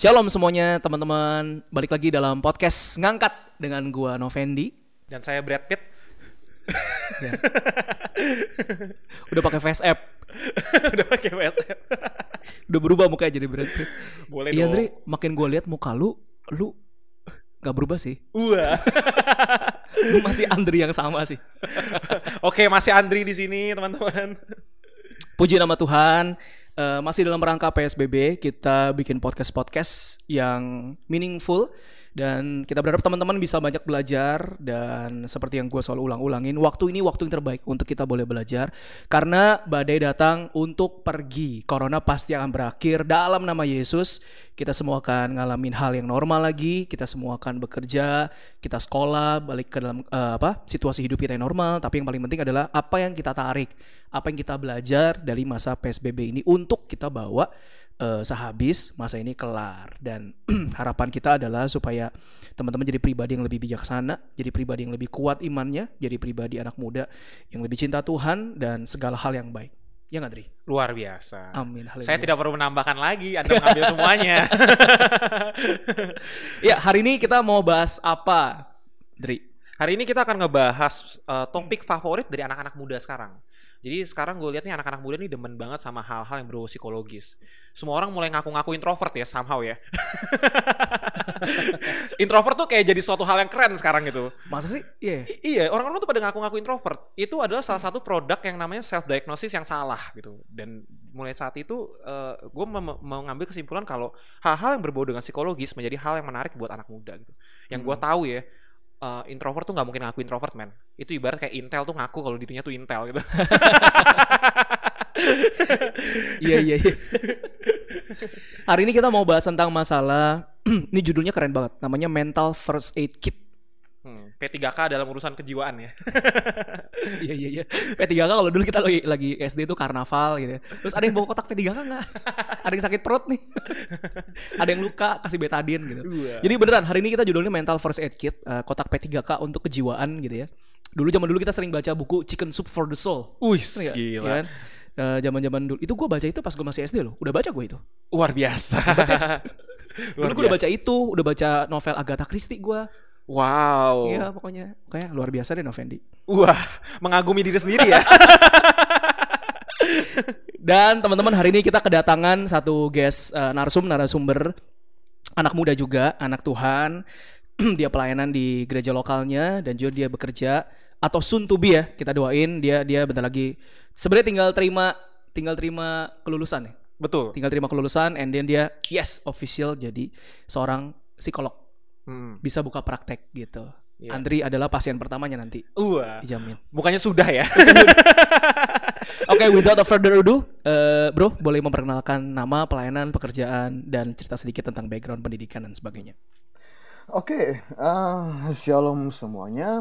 Shalom semuanya teman-teman, balik lagi dalam podcast Ngangkat dengan gua Novendi. Dan saya Brad Pitt. Ya. Udah pakai face app. Udah pakai WhatsApp. Udah berubah mukanya jadi Brad Pitt. Boleh Iya dong. Andri, makin gua lihat muka lu gak berubah sih. Wah. Lu masih Andri yang sama sih. Oke, masih Andri di sini, teman-teman. Puji nama Tuhan. Masih dalam rangka PSBB, kita bikin podcast yang meaningful. Dan kita berharap teman-teman bisa banyak belajar. Dan seperti yang gue selalu ulang-ulangin, waktu ini waktu yang terbaik untuk kita boleh belajar. Karena badai datang untuk pergi. Corona pasti akan berakhir dalam nama Yesus. Kita semua akan ngalamin hal yang normal lagi. Kita semua akan bekerja, kita sekolah, balik ke dalam situasi hidup kita yang normal. Tapi yang paling penting adalah apa yang kita tarik, apa yang kita belajar dari masa PSBB ini untuk kita bawa sehabis masa ini kelar. Dan harapan kita adalah supaya teman-teman jadi pribadi yang lebih bijaksana, jadi pribadi yang lebih kuat imannya, jadi pribadi anak muda yang lebih cinta Tuhan dan segala hal yang baik. Ya nggak, Dri? Luar biasa. Amin. Haleluya. Saya tidak perlu menambahkan lagi, Anda mengambil semuanya. Ya, hari ini kita mau bahas apa, Dri? Hari ini kita akan ngebahas topik favorit dari anak-anak muda sekarang. Jadi sekarang gue lihat nih anak-anak muda nih demen banget sama hal-hal yang berbau psikologis. Semua orang mulai ngaku-ngaku introvert ya, somehow ya. Introvert tuh kayak jadi suatu hal yang keren sekarang gitu. Masa sih? Yeah. Iya, orang-orang tuh pada ngaku-ngaku introvert. Itu adalah salah satu produk yang namanya self-diagnosis yang salah gitu. Dan mulai saat itu gue mengambil kesimpulan kalau hal-hal yang berbau dengan psikologis menjadi hal yang menarik buat anak muda gitu. Yang gue tahu ya, introvert tuh nggak mungkin ngaku introvert, man. Itu ibarat kayak Intel tuh ngaku kalau dirinya tuh Intel gitu. Iya. Hari ini kita mau bahas tentang masalah ini judulnya keren banget, namanya Mental First Aid Kit. P3K dalam urusan kejiwaan ya. Iya. P3K kalau dulu kita lagi SD itu karnaval gitu ya. Terus ada yang bawa kotak P3K nggak? Ada yang sakit perut nih. Ada yang luka, kasih betadine gitu. Jadi beneran hari ini kita judulnya Mental First Aid Kit, kotak P3K untuk kejiwaan gitu ya. Zaman dulu kita sering baca buku Chicken Soup for the Soul. Wih, gila. gila. Ya kan? Zaman dulu itu gue baca itu pas gue masih SD loh. Udah baca gue itu. Luar biasa. Dulu gue udah baca itu, udah baca novel Agatha Christie gue. Wow. Iya pokoknya kayak luar biasa deh Novendi. Wah, mengagumi diri sendiri ya. Dan teman-teman hari ini kita kedatangan satu guest narasumber anak muda juga, anak Tuhan. Dia pelayanan di gereja lokalnya dan juga dia bekerja atau soon to be ya. Kita doain dia bentar lagi. Sebenarnya tinggal terima kelulusan ya. Betul. Tinggal terima kelulusan and then dia official jadi seorang psikolog. Bisa buka praktek gitu. Yeah. Andri adalah pasien pertamanya nanti. Dijamin. Bukannya sudah ya. Oke, without further ado, bro, boleh memperkenalkan nama, pelayanan, pekerjaan, dan cerita sedikit tentang background pendidikan dan sebagainya. Oke, shalom semuanya.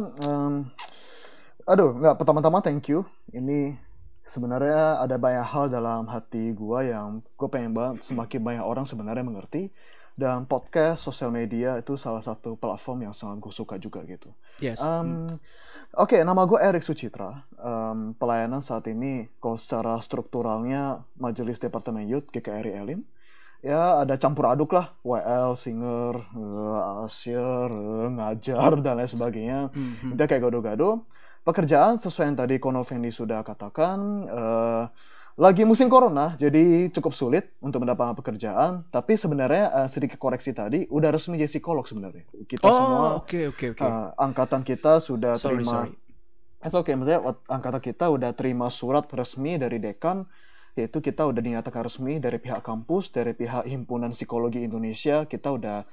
Pertama-tama thank you. Ini sebenarnya ada banyak hal dalam hati gue yang gue pengen banget semakin banyak orang sebenarnya mengerti. Dan podcast, sosial media itu salah satu platform yang sangat gue suka juga gitu. Yes. Oke, nama gue Erik Sucitra. Pelayanan saat ini kalau secara strukturalnya Majelis Departemen Youth GKRI Elim. Ya ada campur aduk lah, WL, singer, asyir, ngajar dan lain sebagainya. Udah kayak gado-gado. Pekerjaan sesuai yang tadi Kono Fendi sudah katakan, lagi musim corona jadi cukup sulit untuk mendapatkan pekerjaan. Tapi sebenarnya sedikit koreksi tadi, udah resmi jadi psikolog sebenarnya. Kita semua, oke. angkatan kita sudah terima. Sorry. Maksudnya angkatan kita udah terima surat resmi dari dekan. Yaitu kita udah dinyatakan resmi dari pihak kampus, dari pihak Himpunan Psikologi Indonesia, kita udah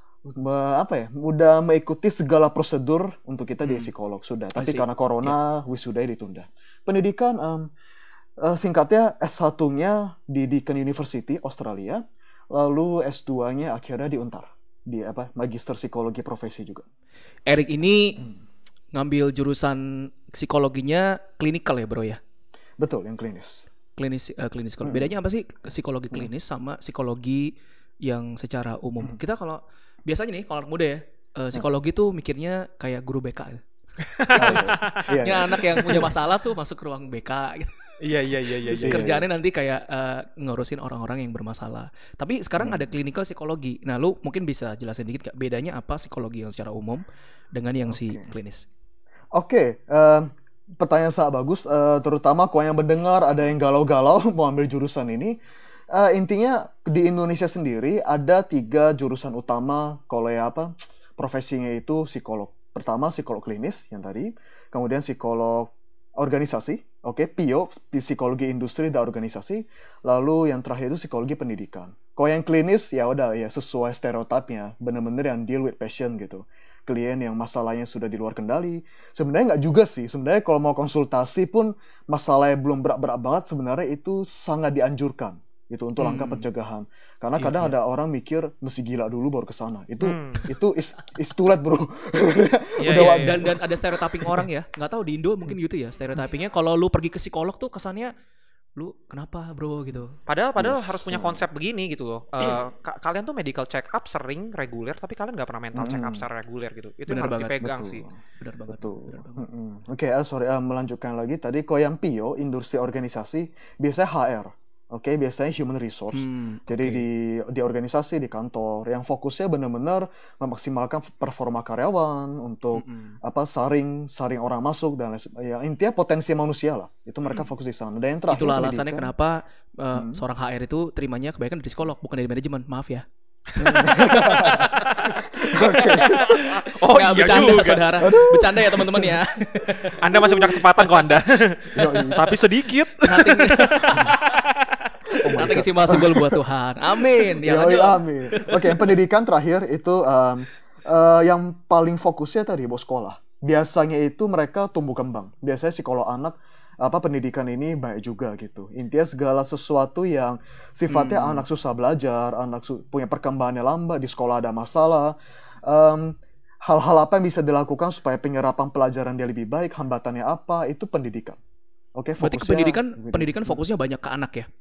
mengikuti segala prosedur untuk kita jadi psikolog sudah. Tapi karena corona, wisudanya ditunda. Pendidikan singkatnya S1-nya di Deakin University Australia, lalu S2-nya akhirnya di Untar, di Magister Psikologi Profesi juga. Erik ini ngambil jurusan psikologinya klinikal ya, bro ya? Betul, yang klinis. Klinis psikologi. Bedanya apa sih psikologi klinis sama psikologi yang secara umum? Kita kalau biasanya nih kalau anak muda ya, psikologi tuh mikirnya kayak guru BK ya. Ya anak yang punya masalah tuh masuk ke ruang BK gitu. Terus Iya. kerjaannya nanti kayak ngurusin orang-orang yang bermasalah. Tapi sekarang ada clinical psikologi. Nah, lu mungkin bisa jelasin dikit gak bedanya apa psikologi yang secara umum dengan yang si Oke. klinis? Oke, pertanyaan sangat bagus. Terutama kalau yang mendengar ada yang galau-galau mau ambil jurusan ini. Intinya di Indonesia sendiri ada 3 jurusan utama kalau ya apa profesinya itu psikolog. Pertama psikolog klinis yang tadi, kemudian psikolog organisasi, oke, PIO, psikologi industri dan organisasi, lalu yang terakhir itu psikologi pendidikan. Kalau yang klinis ya udah ya sesuai stereotipnya, bener-bener yang deal with passion gitu. Klien yang masalahnya sudah di luar kendali. Sebenarnya nggak juga sih. Sebenarnya kalau mau konsultasi pun masalahnya belum berat-berat banget, sebenarnya itu sangat dianjurkan gitu untuk langkah pencegahan. Karena Iya, kadang iya. ada orang mikir mesti gila dulu baru ke sana. Itu Hmm. is too late, bro. Iya, Udah iya, waktu. iya. Dan ada stereotyping orang ya. Nggak tahu di Indo mungkin gitu ya stereotypingnya. Kalau lu pergi ke psikolog tuh kesannya lu kenapa bro gitu. Padahal Yes. harus punya konsep begini gitu loh. Kalian tuh medical check up sering reguler, tapi kalian nggak pernah mental check up secara reguler gitu. Itu Bener yang harus banget. dipegang Betul. sih. Benar banget. Betul. Benar banget. Oke, sorry, melanjutkan lagi. Tadi kalau yang PIO, industri organisasi, biasanya HR. Oke, biasanya human resource. Jadi oke. di organisasi, di kantor, yang fokusnya benar-benar memaksimalkan performa karyawan untuk saring orang masuk dan ya intinya potensi manusia lah. Itu mereka fokus di sana. Dan yang terakhir Itulah alasannya pendidikan. kenapa seorang HR itu terimanya kebanyakan dari psikolog bukan dari manajemen. Maaf ya. Oh Nggak, iya bercanda juga. saudara. Bercanda ya teman-teman ya. Anda masih punya kesempatan kok Anda. Yoi. Tapi sedikit. Nanti simbol-simbol buat Tuhan. Amin. Ya Yoi, lanjut. amin. Oke, yang pendidikan terakhir itu yang paling fokusnya tadi bos sekolah. Biasanya itu mereka tumbuh kembang. Biasanya psikolog anak pendidikan ini baik juga gitu. Intinya segala sesuatu yang sifatnya anak susah belajar, anak punya perkembangannya lambat, di sekolah ada masalah. Hal-hal apa yang bisa dilakukan supaya penyerapan pelajaran dia lebih baik, hambatannya apa, itu pendidikan. Oke, Berarti ke fokusnya pendidikan fokusnya banyak ke anak ya.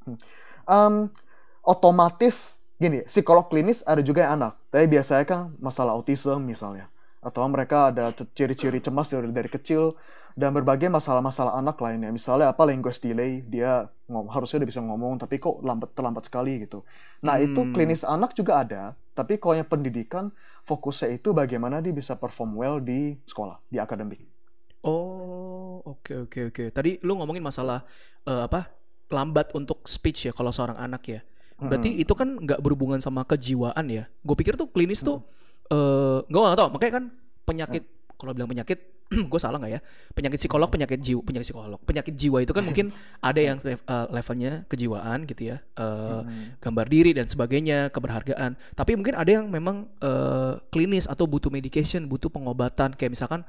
Otomatis gini, psikolog klinis ada juga yang anak. Tapi biasanya kan masalah autism misalnya. Atau mereka ada ciri-ciri cemas dari kecil dan berbagai masalah-masalah anak lainnya. Misalnya language delay, dia harusnya udah bisa ngomong tapi kok terlambat sekali gitu. Nah, itu klinis anak juga ada, tapi kalau yang pendidikan fokusnya itu bagaimana dia bisa perform well di sekolah, di akademik. Oh, oke. Tadi lu ngomongin masalah lambat untuk speech ya kalau seorang anak ya. Berarti itu kan nggak berhubungan sama kejiwaan ya. Gue pikir tuh klinis tuh gue nggak tahu. Makanya kan penyakit kalau bilang penyakit gue salah nggak ya? Penyakit psikolog, penyakit jiwa itu kan mungkin ada yang levelnya kejiwaan gitu ya, gambar diri dan sebagainya, keberhargaan. Tapi mungkin ada yang memang klinis atau butuh medication, butuh pengobatan kayak misalkan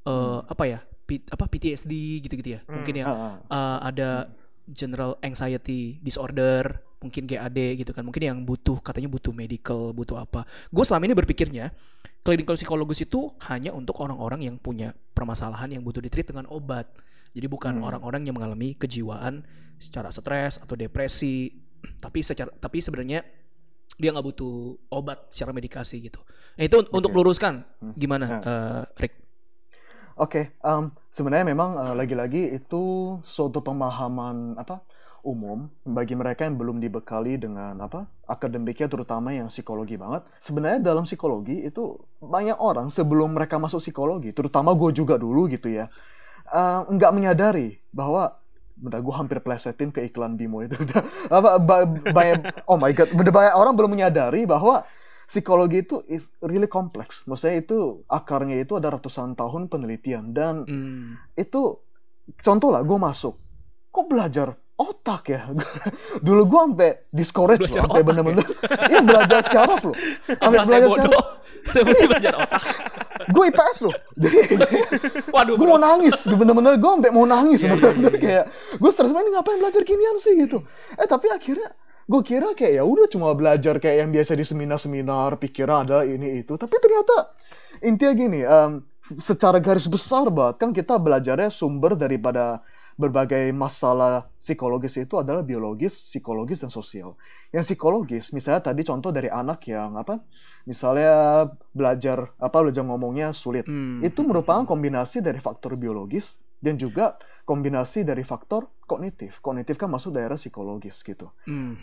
PTSD gitu-gitu ya. Mungkin yang ada general anxiety disorder, mungkin GAD gitu kan. Mungkin yang katanya butuh medical, butuh apa. Gue selama ini berpikirnya clinical psychologist itu hanya untuk orang-orang yang punya permasalahan yang butuh ditreat dengan obat. Jadi bukan orang-orang yang mengalami kejiwaan secara stres atau depresi. Tapi sebenarnya dia nggak butuh obat secara medikasi gitu. Nah itu untuk luruskan gimana, Rick? Oke, sebenarnya memang lagi-lagi itu suatu pemahaman umum bagi mereka yang belum dibekali dengan akademiknya, terutama yang psikologi banget. Sebenarnya dalam psikologi itu banyak orang sebelum mereka masuk psikologi, terutama gue juga dulu gitu ya, nggak menyadari bahwa bentar, gue hampir plesetin ke iklan Bimo itu. Oh my god, banyak orang belum menyadari bahwa psikologi itu is really complex. Maksudnya itu akarnya itu ada ratusan tahun penelitian dan itu contoh lah gue masuk, kok belajar otak ya? Dulu gue sampai discourage loh, sampai bener-bener ya belajar syaraf loh, sampai belajar syaraf. Mesti belajar otak. Gue IPS loh, jadi Waduh, gue mau nangis, bener-bener gue sampai mau nangis, bener-bener kayak gue stres banget, ngapain belajar ginian sih gitu. Tapi akhirnya gue kira kayak ya udah cuma belajar kayak yang biasa di seminar-seminar, pikiran ada ini itu. Tapi ternyata intinya gini, secara garis besar banget kan kita belajarnya sumber daripada berbagai masalah psikologis itu adalah biologis, psikologis, dan sosial. Yang psikologis, misalnya tadi contoh dari anak yang misalnya belajar ngomongnya sulit. Itu merupakan kombinasi dari faktor biologis dan juga kombinasi dari faktor kognitif. Kognitif kan masuk daerah psikologis gitu.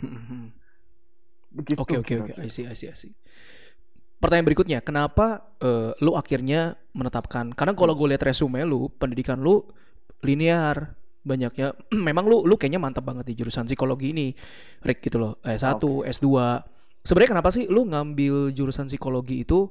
Begitu Oke. kira-kira. I see. Pertanyaan berikutnya, kenapa lu akhirnya menetapkan? Karena kalau gue lihat resume lu, pendidikan lu linear banyaknya. Memang lu kayaknya mantap banget di jurusan psikologi ini, Rick gitu loh. S1, S2. Sebenarnya kenapa sih lu ngambil jurusan psikologi itu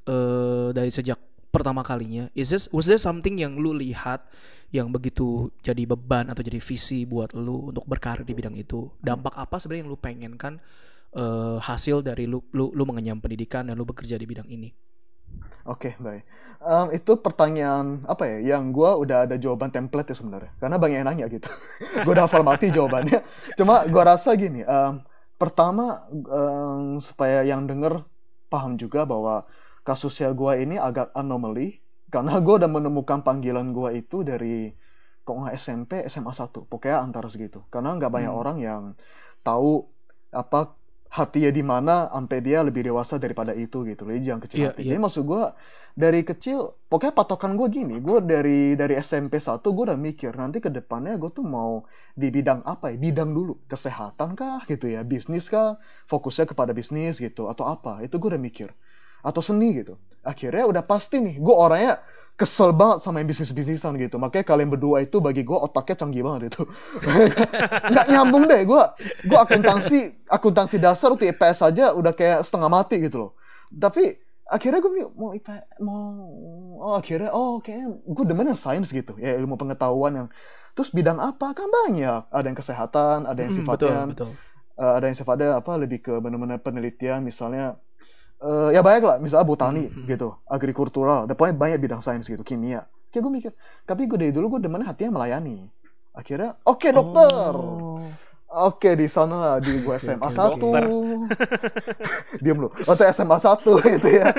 dari sejak pertama kalinya? Was there something yang lu lihat yang begitu jadi beban atau jadi visi buat lu untuk berkarir di bidang itu? Dampak apa sebenarnya yang lu pengen kan hasil dari lu mengenyam pendidikan dan lu bekerja di bidang ini? Oke, baik. Itu pertanyaan apa ya? Yang gue udah ada jawaban template ya sebenarnya. Karena banyak yang nanya gitu. Gue udah hafal mati jawabannya. Cuma gue rasa gini. Pertama, supaya yang denger paham juga bahwa kasusnya gue ini agak anomaly. Karena gue udah menemukan panggilan gue itu dari kok nggak SMP, SMA 1. Pokoknya antara segitu. Karena nggak banyak orang yang tahu apa hatinya di mana sampai dia lebih dewasa daripada itu gitu loh. Jangan kecil hati. Jadi maksud gue dari kecil pokoknya patokan gue gini, gue dari SMP 1 gue udah mikir nanti ke depannya gue tuh mau di bidang apa ya? Bidang dulu, kesehatan kah gitu ya, bisnis kah, fokusnya kepada bisnis gitu atau apa. Itu gue udah mikir. Atau seni gitu. Akhirnya udah pasti nih, gue orangnya kesel banget sama yang bisnis-bisnisan gitu. Makanya kalian berdua itu bagi gue otaknya canggih banget itu. Nggak nyambung deh. Gue akuntansi dasar tuh IPS aja udah kayak setengah mati gitu loh. Tapi akhirnya gue mau IPS, akhirnya kayaknya gue demen yang sains gitu. Ya ilmu pengetahuan yang terus bidang apa kan banyak. Ada yang kesehatan, ada yang sifatnya Betul. ada yang sifatnya apa lebih ke benar-benar penelitian misalnya. Ya banyak lah, misalnya botani gitu, agrikultural, ada banyak bidang sains gitu, kimia. Kayak gue mikir, tapi gue dari dulu gue demennya hatinya melayani. Akhirnya, oke dokter. Oke di sana lah, di gue SMA 1. Diam lu. Waktu SMA 1 gitu ya.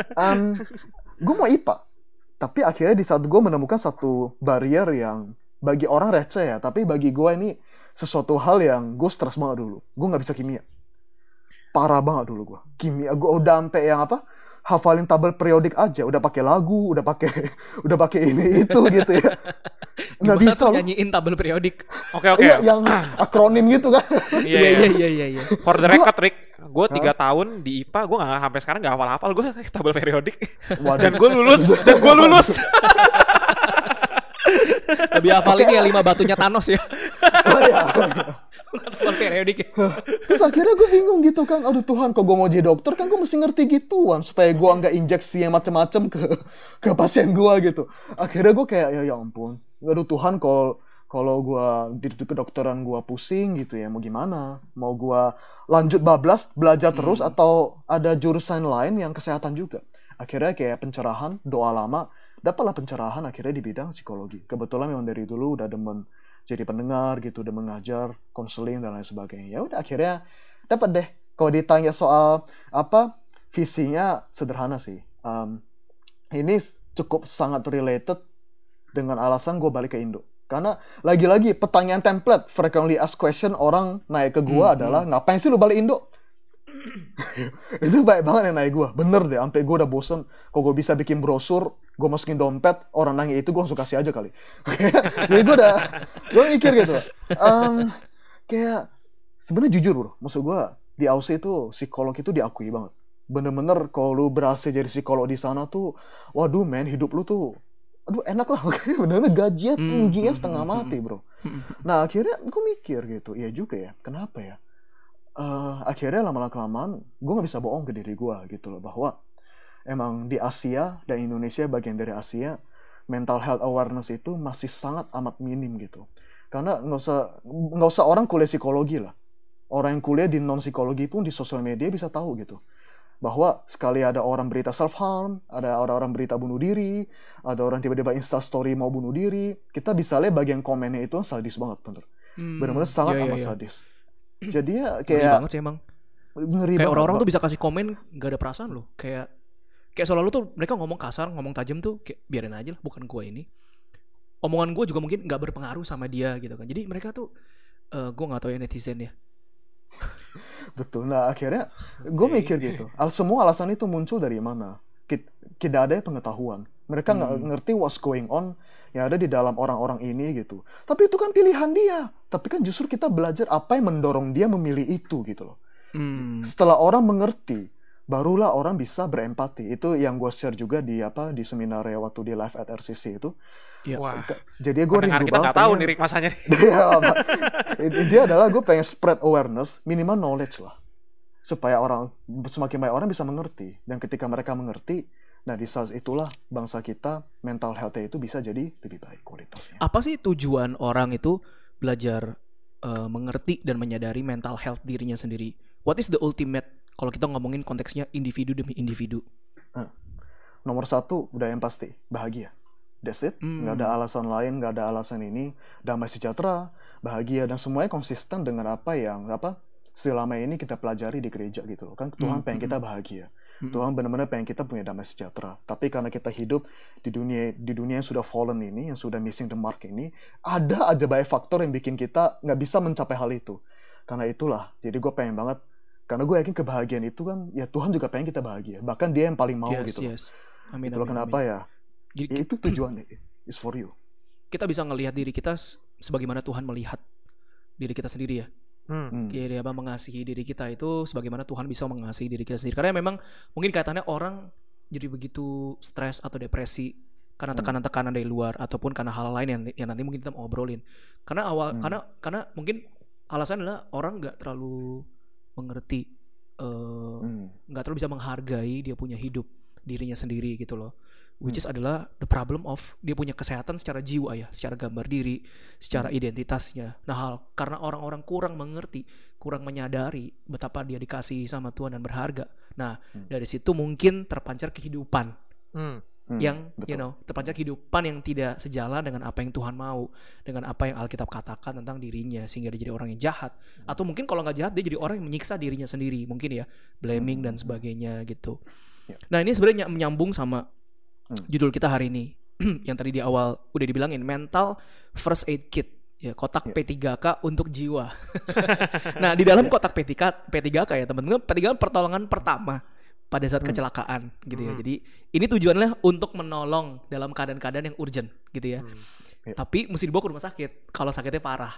Gue mau IPA. Tapi akhirnya di saat gue menemukan satu barrier yang bagi orang receh ya, tapi bagi gue ini sesuatu hal yang gue stres banget dulu. Gue nggak bisa kimia. Parah banget dulu gue. Kimia gue udah sampai yang apa? Hafalin tabel periodik aja, udah pakai lagu, udah pakai ini itu gitu ya. Nggak Gimana bisa tuh loh. nyanyiin tabel periodik? Oke. Iya, yang akronim gitu kan. Iya. For the record, Rick, gue 3 tahun di IPA, gue nggak sampai sekarang nggak hafal-hafal gue tabel periodik. Dan gue lulus. Lebih hafal ini ya 5 batunya Thanos ya. Oh, iya. Tabel periodik. Terus akhirnya gue bingung gitu kan. Aduh Tuhan, kok gue mau jadi dokter kan gue mesti ngerti gituan supaya gue nggak injeksi yang macem-macem ke pasien gue gitu. Akhirnya gue kayak ya ampun. Aduh Tuhan, kalau gue di kedokteran gue pusing gitu ya, mau gimana? Mau gue lanjut bablas belajar terus atau ada jurusan lain yang kesehatan juga? Akhirnya kayak pencerahan, doa lama, dapatlah pencerahan akhirnya di bidang psikologi. Kebetulan memang dari dulu udah demen jadi pendengar gitu, udah mengajar, konseling dan lain sebagainya. Ya udah akhirnya dapat deh. Kalau ditanya soal apa visinya sederhana sih. Ini cukup sangat related dengan alasan gue balik ke Indo. Karena lagi-lagi pertanyaan template frequently asked question orang naik ke gue adalah ngapain sih lu balik Indo? Itu baik banget yang naik gue. Bener deh, sampai gue udah bosen. Kalau gue bisa bikin brosur, gue masukin dompet, orang nanya itu gue langsung kasih aja kali. Jadi gue mikir gitu. Kayak sebenarnya jujur bro, maksud gue di Aussie itu psikolog itu diakui banget. Bener-bener kalau lu berhasil jadi psikolog di sana tuh, waduh men, hidup lu tuh aduh enak lah. Bener-bener gajinya tingginya setengah mati bro. Nah akhirnya gue mikir gitu, iya juga ya, kenapa ya? Akhirnya lama-kelamaan gue nggak bisa bohong ke diri gue gitu loh, bahwa emang di Asia dan Indonesia bagian dari Asia, mental health awareness itu masih sangat amat minim gitu. Karena nggak usah orang kuliah psikologi lah, orang yang kuliah di non psikologi pun di sosial media bisa tahu gitu, bahwa sekali ada orang berita self harm, ada orang berita bunuh diri, ada orang tiba-tiba Insta story mau bunuh diri, kita bisa lihat bagian komennya itu sadis banget bener. Benar-benar sangat amat sadis. Jadi ya kayak ngeri banget sih emang. Ngeri kayak banget, orang-orang tuh bisa kasih komen gak ada perasaan loh. Kayak selalu tuh mereka ngomong kasar, ngomong tajam tuh kayak biarin aja lah, bukan gue ini. Omongan gue juga mungkin gak berpengaruh sama dia gitu kan. Jadi mereka tuh gue gak tahu ya netizen ya. Betul. Nah akhirnya gue mikir gitu, semua alasan itu muncul dari mana? Tidak ada pengetahuan. Mereka nggak ngerti what's going on yang ada di dalam orang-orang ini gitu. Tapi itu kan pilihan dia. Tapi kan justru kita belajar apa yang mendorong dia memilih itu gitu loh. Setelah orang mengerti, barulah orang bisa berempati. Itu yang gue share juga di seminar ya waktu di live at RCC itu. Ya. Wah. Jadi gue rindu kita banget. Nggak tahu nih Rick masanya. Dia adalah gue pengen spread awareness, minimal knowledge lah, supaya semakin banyak orang bisa mengerti. Dan ketika mereka mengerti, nah di saat itulah bangsa kita mental health-nya itu bisa jadi lebih baik kualitasnya. Apa sih tujuan orang itu belajar mengerti dan menyadari mental health dirinya sendiri? What is the ultimate kalau kita ngomongin konteksnya individu demi individu? Nomor satu udah yang pasti bahagia. That's it. Nggak ada alasan lain, nggak ada alasan ini. Damai sejahtera, bahagia, dan semuanya konsisten dengan apa selama ini kita pelajari di gereja gitu loh. Kan Tuhan pengen kita bahagia. Tuhan benar-benar pengen kita punya damai sejahtera. Tapi karena kita hidup di dunia yang sudah fallen ini, yang sudah missing the mark ini, ada aja banyak faktor yang bikin kita nggak bisa mencapai hal itu. Karena itulah, jadi gue pengen banget, karena gue yakin kebahagiaan itu kan, ya Tuhan juga pengen kita bahagia. Bahkan dia yang paling mau gitu loh. Amin, Itulah kenapa ya. Jadi, itu tujuan is for you. Kita bisa ngelihat diri kita sebagaimana Tuhan melihat diri kita sendiri ya. Jadi mengasihi diri kita itu sebagaimana Tuhan bisa mengasihi diri kita sendiri. Karena memang mungkin kaitannya orang jadi begitu stres atau depresi karena tekanan-tekanan dari luar ataupun karena hal lain yang nanti mungkin kita mau obrolin. Karena karena mungkin alasan adalah orang nggak terlalu mengerti, nggak terlalu bisa menghargai dia punya hidup dirinya sendiri gitu loh. Which is adalah the problem of dia punya kesehatan secara jiwa ya, secara gambar diri, secara identitasnya. Nah, karena orang-orang kurang mengerti, kurang menyadari betapa dia dikasihi sama Tuhan dan berharga. Nah, dari situ mungkin terpancar kehidupan yang terpancar kehidupan yang tidak sejalan dengan apa yang Tuhan mau, dengan apa yang Alkitab katakan tentang dirinya, sehingga dia jadi orang yang jahat. Atau mungkin kalau nggak jahat, dia jadi orang yang menyiksa dirinya sendiri, mungkin ya, blaming dan sebagainya gitu. Nah, ini sebenarnya menyambung sama judul kita hari ini yang tadi di awal udah dibilangin, mental first aid kit ya, kotak P3K untuk jiwa. Nah, di dalam kotak P3K ya teman-teman, P3K pertolongan pertama pada saat kecelakaan gitu ya. Jadi ini tujuannya untuk menolong dalam keadaan-keadaan yang urgent gitu ya. Tapi mesti dibawa ke rumah sakit kalau sakitnya parah.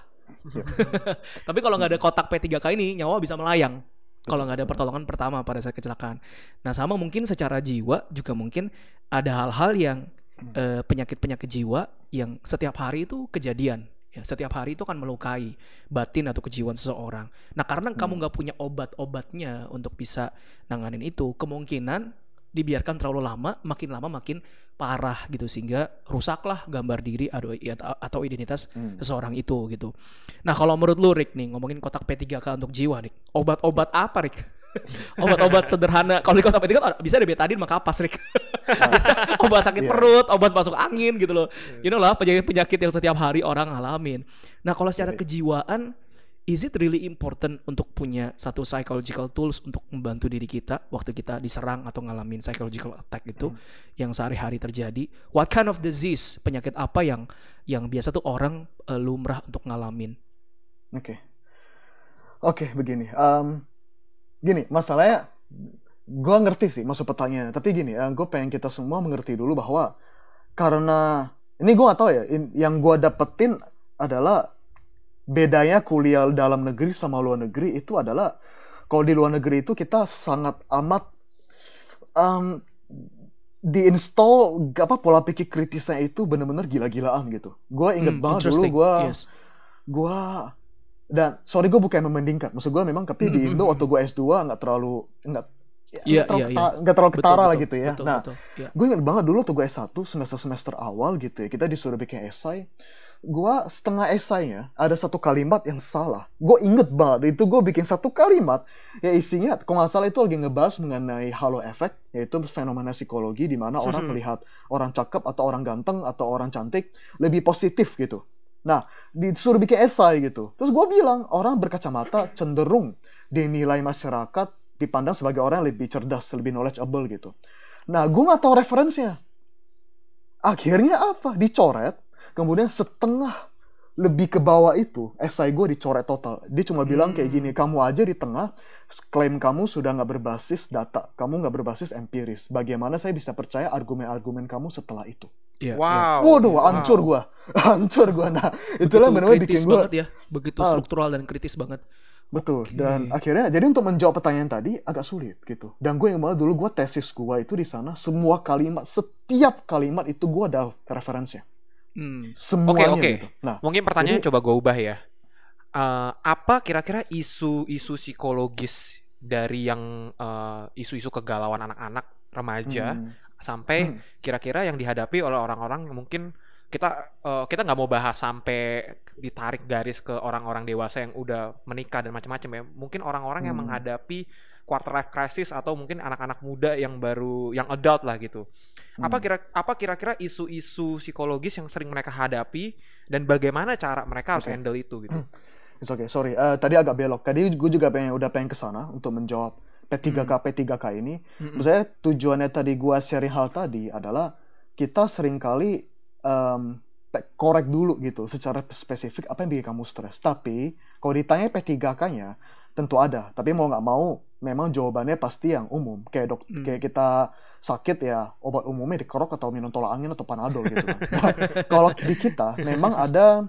Tapi kalau nggak ada kotak P3K ini, nyawa bisa melayang kalau nggak ada pertolongan pertama pada saat kecelakaan. Nah, sama mungkin secara jiwa juga mungkin ada hal-hal yang penyakit-penyakit jiwa yang setiap hari itu kejadian. Ya, setiap hari itu kan melukai batin atau kejiwaan seseorang. Nah, karena kamu nggak punya obat-obatnya untuk bisa nanganin itu, kemungkinan dibiarkan terlalu lama makin parah gitu, sehingga rusaklah gambar diri atau identitas seseorang itu gitu. Nah, kalau menurut lu Rick nih, ngomongin kotak P3K untuk jiwa Rick, obat-obat apa Rick? Obat-obat sederhana. Kalau di kotak P3K bisa ada betadin sama kapas Rick. Obat sakit perut, obat masuk angin gitu loh. You know lah, penyakit yang setiap hari orang ngalamin. Nah, kalau secara kejiwaan, is it really important untuk punya satu psychological tools untuk membantu diri kita waktu kita diserang atau ngalamin psychological attack itu yang sehari-hari terjadi? What kind of disease, penyakit apa yang biasa tuh orang lumrah untuk ngalamin? Oke, begini. Gini, masalahnya gue ngerti sih maksud pertanyaannya, tapi gini, gue pengen kita semua mengerti dulu bahwa karena ini gue gak tahu ya, yang gue dapetin adalah bedanya kuliah dalam negeri sama luar negeri itu adalah, kalau di luar negeri itu kita sangat amat diinstal pola pikir kritisnya itu bener-bener gila-gilaan gitu. Gue inget banget dulu gue dan sorry gue bukan membandingkan, maksud gue memang tapi di Indo waktu gue S2 nggak terlalu ketara lah gitu ya. Gue inget banget dulu waktu gue S1 semester awal gitu ya, kita disuruh bikin esai. Gue setengah esainya ada satu kalimat yang salah. Gue inget banget itu, gue bikin satu kalimat ya isinya kalau nggak salah itu lagi ngebahas mengenai halo effect, yaitu fenomena psikologi di mana orang melihat orang cakep atau orang ganteng atau orang cantik lebih positif gitu. Nah, disuruh bikin esai gitu. Terus gue bilang orang berkacamata cenderung dinilai masyarakat dipandang sebagai orang yang lebih cerdas, lebih knowledgeable gitu. Nah, gue nggak tahu referensinya. Akhirnya apa? Dicoret. Kemudian setengah lebih ke bawah itu, esai gue dicoret total. Dia cuma bilang kayak gini, kamu aja di tengah klaim kamu sudah nggak berbasis data, kamu nggak berbasis empiris. Bagaimana saya bisa percaya argumen-argumen kamu setelah itu? Iya, Wow. Waduh, Wow. hancur gua. Hancur gua. Nah, itulah benar-benar kritis bikin gua banget ya, begitu struktural dan kritis banget. betul. Oke. Dan akhirnya jadi untuk menjawab pertanyaan tadi agak sulit gitu. Dan gue yang malah dulu gue tesis gue itu di sana semua kalimat, setiap kalimat itu gue ada referensinya. Semuanya Oke. gitu. Nah, Mungkin pertanyaannya jadi- coba gue ubah ya. Apa kira-kira isu-isu psikologis dari yang isu-isu kegalauan anak-anak remaja sampai kira-kira yang dihadapi oleh orang-orang yang mungkin kita nggak mau bahas sampai ditarik garis ke orang-orang dewasa yang udah menikah dan macam-macam ya. Mungkin orang-orang yang menghadapi quarter life crisis atau mungkin anak-anak muda yang baru yang adult lah gitu. Apa kira-kira isu-isu psikologis yang sering mereka hadapi dan bagaimana cara mereka harus handle itu gitu. It's okay, sorry. Tadi agak belok. Tadi gue juga udah pengen ke sana untuk menjawab P3K ini. Maksudnya tujuannya tadi gue sharing hal tadi adalah kita seringkali korek dulu gitu secara spesifik apa yang bikin kamu stres. Tapi kalau ditanya P3K-nya tentu ada. Tapi mau nggak mau memang jawabannya pasti yang umum. Kayak kita sakit ya obat umumnya dikerok atau minum tolak angin atau Panadol gitu kan. Nah, kalau di kita memang ada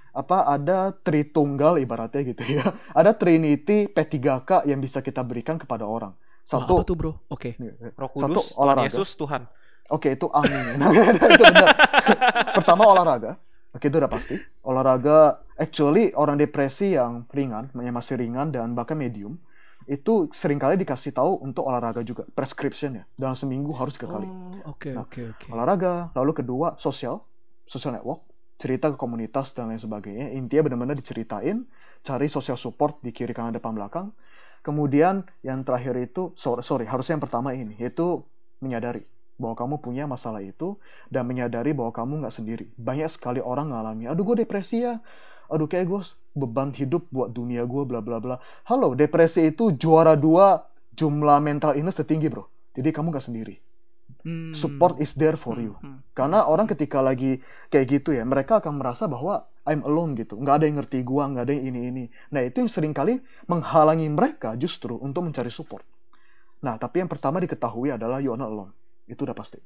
tritunggal ibaratnya gitu ya. Ada trinity P3K yang bisa kita berikan kepada orang. Apa tuh bro? Oke. Roh Satu, Kudus, Tuhan olahraga. Yesus, Tuhan. Oke, itu amin. Nah, itu benar. Pertama olahraga. Oke, itu udah pasti. Olahraga, actually orang depresi yang ringan, yang masih ringan dan bahkan medium, itu seringkali dikasih tahu untuk olahraga juga. Prescription ya. Dalam seminggu harus 3 kali. Oke. Olahraga. Lalu kedua, social network. Cerita ke komunitas dan lain sebagainya. Intinya benar-benar diceritain, cari social support di kiri kanan depan belakang. Kemudian yang terakhir itu, harusnya yang pertama ini, yaitu menyadari bahwa kamu punya masalah itu dan menyadari bahwa kamu nggak sendiri. Banyak sekali orang ngalami, aduh gue depresi ya, aduh kayak gue beban hidup buat dunia gue, bla bla bla. Halo, depresi itu juara 2 jumlah mental illness tertinggi bro. Jadi kamu nggak sendiri. Support is there for you. Karena orang ketika lagi kayak gitu ya, mereka akan merasa bahwa I'm alone gitu. Nggak ada yang ngerti gua, nggak ada yang ini. Nah, itu yang seringkali menghalangi mereka justru untuk mencari support. Nah, tapi yang pertama diketahui adalah you are not alone. Itu udah pasti.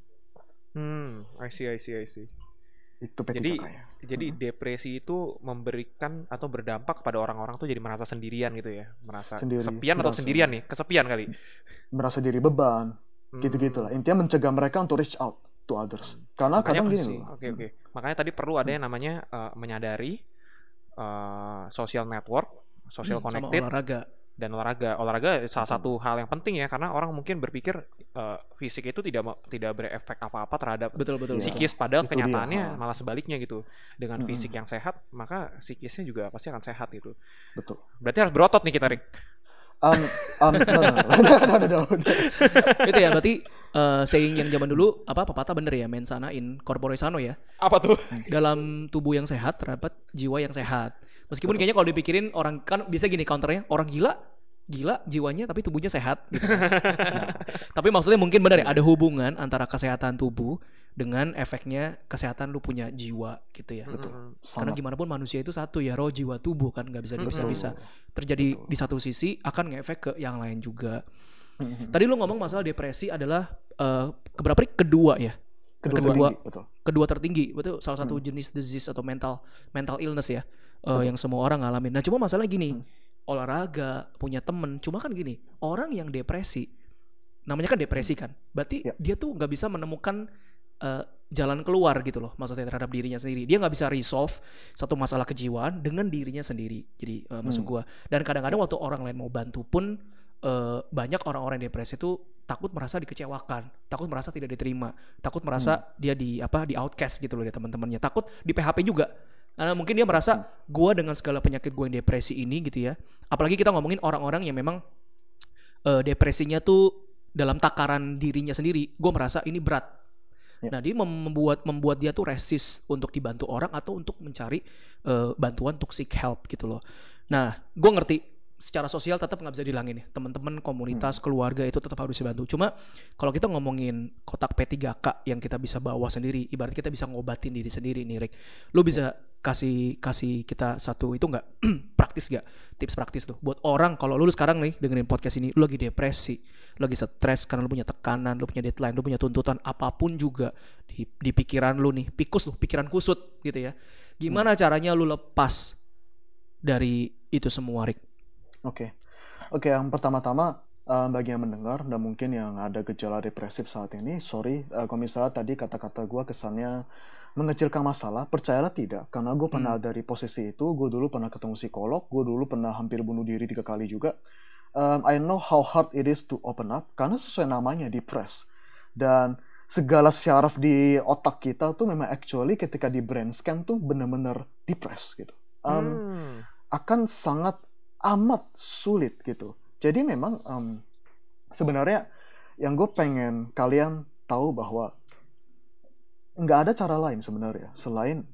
I see. Itu P3K ya. Jadi depresi itu memberikan atau berdampak kepada orang-orang tuh jadi merasa sendirian gitu ya. Merasa Sendiri, kesepian atau merasa- sendirian nih? Kesepian kali. Merasa diri beban. Gitu-gitulah. Intinya mencegah mereka untuk reach out to others. Karena Makanya kadang gini loh. Oke. Makanya tadi perlu ada yang namanya menyadari social network, social Sama connected olahraga. dan olahraga. Olahraga salah satu hal yang penting ya karena orang mungkin berpikir fisik itu tidak berefek apa-apa terhadap Betul. psikis, padahal Itu dia. kenyataannya malah sebaliknya gitu. Dengan fisik yang sehat, maka psikisnya juga pasti akan sehat gitu. Betul. Berarti harus berotot nih kita, Rick. No. Itu ya berarti saying yang zaman dulu apa pepatah bener ya, mens sana in corpore sano ya. Apa tuh? Dalam tubuh yang sehat terdapat jiwa yang sehat. Meskipun kayaknya kalau dipikirin orang kan bisa gini counternya, orang gila jiwanya tapi tubuhnya sehat gitu. Nah, tapi maksudnya mungkin benar ya ada hubungan antara kesehatan tubuh dengan efeknya kesehatan lu punya jiwa gitu ya. Betul. Karena gimana pun manusia itu satu ya, roh jiwa tubuh kan nggak bisa dipisah-pisah. Terjadi di satu sisi akan ngefek ke yang lain juga. Tadi lu ngomong masalah depresi adalah keberapa Rick? Kedua ya. Kedua tertinggi, betul salah satu jenis disease atau mental illness ya yang semua orang ngalamin. Nah cuma masalah gini, olahraga punya temen, cuma kan gini orang yang depresi, namanya kan depresi kan, berarti dia tuh nggak bisa menemukan jalan keluar gitu loh, maksudnya terhadap dirinya sendiri. Dia nggak bisa resolve satu masalah kejiwaan dengan dirinya sendiri. Jadi maksud gua, dan kadang-kadang waktu orang lain mau bantu pun banyak orang-orang depresi itu takut merasa dikecewakan, takut merasa tidak diterima, takut merasa dia di outcast gitu loh dari teman-temannya, takut di PHP juga. Karena mungkin dia merasa gue dengan segala penyakit gue yang depresi ini gitu ya. Apalagi kita ngomongin orang-orang yang memang depresinya tuh dalam takaran dirinya sendiri, gue merasa ini berat. Nah dia membuat dia tuh resist untuk dibantu orang atau untuk mencari bantuan untuk seek help gitu loh. Nah gue ngerti secara sosial tetap nggak bisa dihilangin ya. Teman-teman, komunitas, keluarga itu tetap harus dibantu. Cuma kalau kita ngomongin kotak P3K yang kita bisa bawa sendiri, ibarat kita bisa ngobatin diri sendiri nih, Rick. Lu bisa kasih kita satu itu nggak praktis nggak, tips praktis tuh buat orang kalau lu sekarang nih dengerin podcast ini, lu lagi depresi, lu lagi stres karena lu punya tekanan, lu punya deadline, lu punya tuntutan apapun juga di pikiran lu nih, pikiran kusut gitu ya. Gimana caranya lu lepas dari itu semua, Rick? Oke, yang pertama-tama bagi yang mendengar dan mungkin yang ada gejala depresif saat ini, sorry kalau misalnya tadi kata-kata gue kesannya mengecilkan masalah, percayalah tidak, karena gue pernah dari posisi itu, gue dulu pernah ketemu psikolog, gue dulu pernah hampir bunuh diri 3 kali juga. I know how hard it is to open up, karena sesuai namanya, depressed. Dan segala syaraf di otak kita tuh memang actually ketika di brain scan tuh benar-benar depressed gitu. Akan sangat amat sulit gitu. Jadi memang sebenarnya yang gue pengen kalian tahu bahwa nggak ada cara lain sebenarnya selain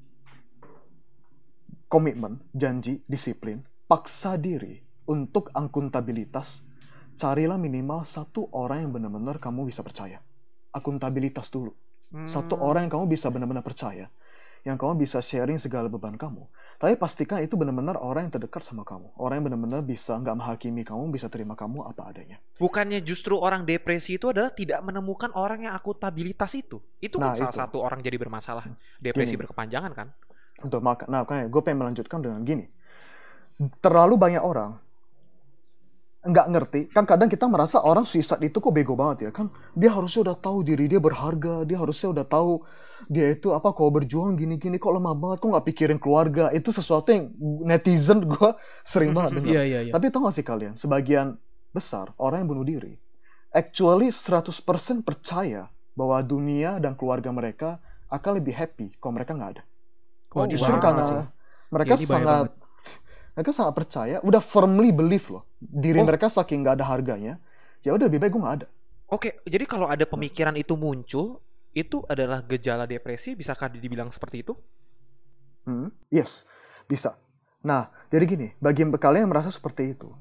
komitmen, janji, disiplin, paksa diri untuk akuntabilitas. Carilah minimal 1 orang yang benar-benar kamu bisa percaya. Akuntabilitas dulu. 1 orang yang kamu bisa benar-benar percaya, yang kamu bisa sharing segala beban kamu. Tapi pastikan itu benar-benar orang yang terdekat sama kamu. Orang yang benar-benar bisa nggak menghakimi kamu, bisa terima kamu apa adanya. Bukannya justru orang depresi itu adalah tidak menemukan orang yang akuntabilitas itu. Itu kan salah satu orang jadi bermasalah. Depresi berkepanjangan kan. Makanya gue pengen melanjutkan dengan gini. Terlalu banyak orang nggak ngerti, kan kadang kita merasa orang suicide itu kok bego banget ya, kan dia harusnya udah tahu diri dia berharga, dia harusnya udah tahu dia itu apa, kalau berjuang gini-gini kok lemah banget, kok nggak pikirin keluarga. Itu sesuatu yang netizen gue sering banget dengar. Tapi tahu gak sih kalian, sebagian besar orang yang bunuh diri actually 100% percaya bahwa dunia dan keluarga mereka akan lebih happy kalau mereka nggak ada. Justru karena mereka sangat percaya, udah firmly believe loh diri mereka, saking nggak ada harganya, ya udah lebih baik gue nggak ada. Oke, jadi kalau ada pemikiran itu muncul, itu adalah gejala depresi, bisakah dibilang seperti itu? Yes, bisa. Nah, jadi gini, bagi kalian yang merasa seperti itu,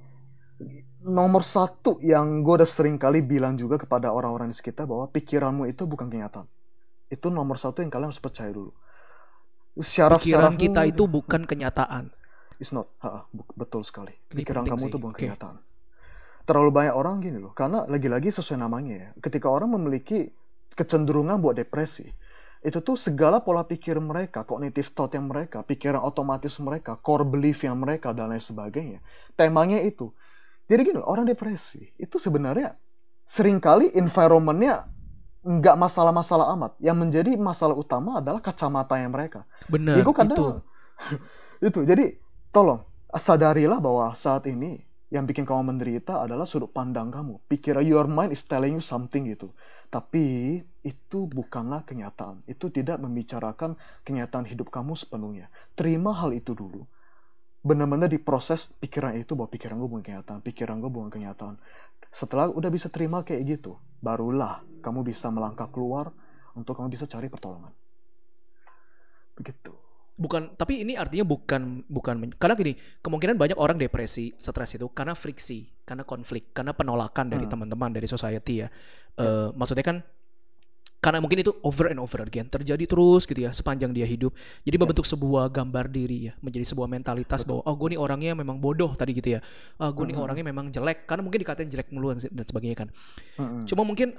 nomor 1 yang gue udah sering kali bilang juga kepada orang-orang di sekitar, bahwa pikiranmu itu bukan kenyataan. Itu nomor 1 yang kalian harus percaya dulu. Pikiran kita itu bukan kenyataan. It's not. Betul sekali. Pikiran kamu itu bukan kenyataan. Terlalu banyak orang gini loh, karena lagi-lagi sesuai namanya ya, ketika orang memiliki kecenderungan buat depresi, itu tuh segala pola pikir mereka, cognitive thought yang mereka, pikiran otomatis mereka, core belief yang mereka, dan lain sebagainya, temanya itu. Jadi gini loh, orang depresi itu sebenarnya seringkali environment-nya nggak masalah-masalah amat. Yang menjadi masalah utama adalah kacamatanya mereka. Benar, itu. Jadi tolong sadarilah bahwa saat ini yang bikin kamu menderita adalah sudut pandang kamu. Pikiran, your mind is telling you something gitu. Tapi itu bukanlah kenyataan. Itu tidak membicarakan kenyataan hidup kamu sepenuhnya. Terima hal itu dulu. Benar-benar diproses pikiran itu, bahwa pikiran gue bukan kenyataan. Pikiran gue bukan kenyataan. Setelah udah bisa terima kayak gitu, barulah kamu bisa melangkah keluar untuk kamu bisa cari pertolongan. Begitu. Tapi ini artinya bukan karena gini, kemungkinan banyak orang depresi, stres itu karena friksi, karena konflik, karena penolakan dari teman-teman, dari society ya. Maksudnya kan karena mungkin itu over and over again terjadi terus gitu ya sepanjang dia hidup. Jadi membentuk sebuah gambar diri ya, menjadi sebuah mentalitas bahwa gue nih orangnya memang bodoh tadi gitu ya. Gue nih orangnya memang jelek, karena mungkin dikatain jelek mulu dan sebagainya kan. Cuma mungkin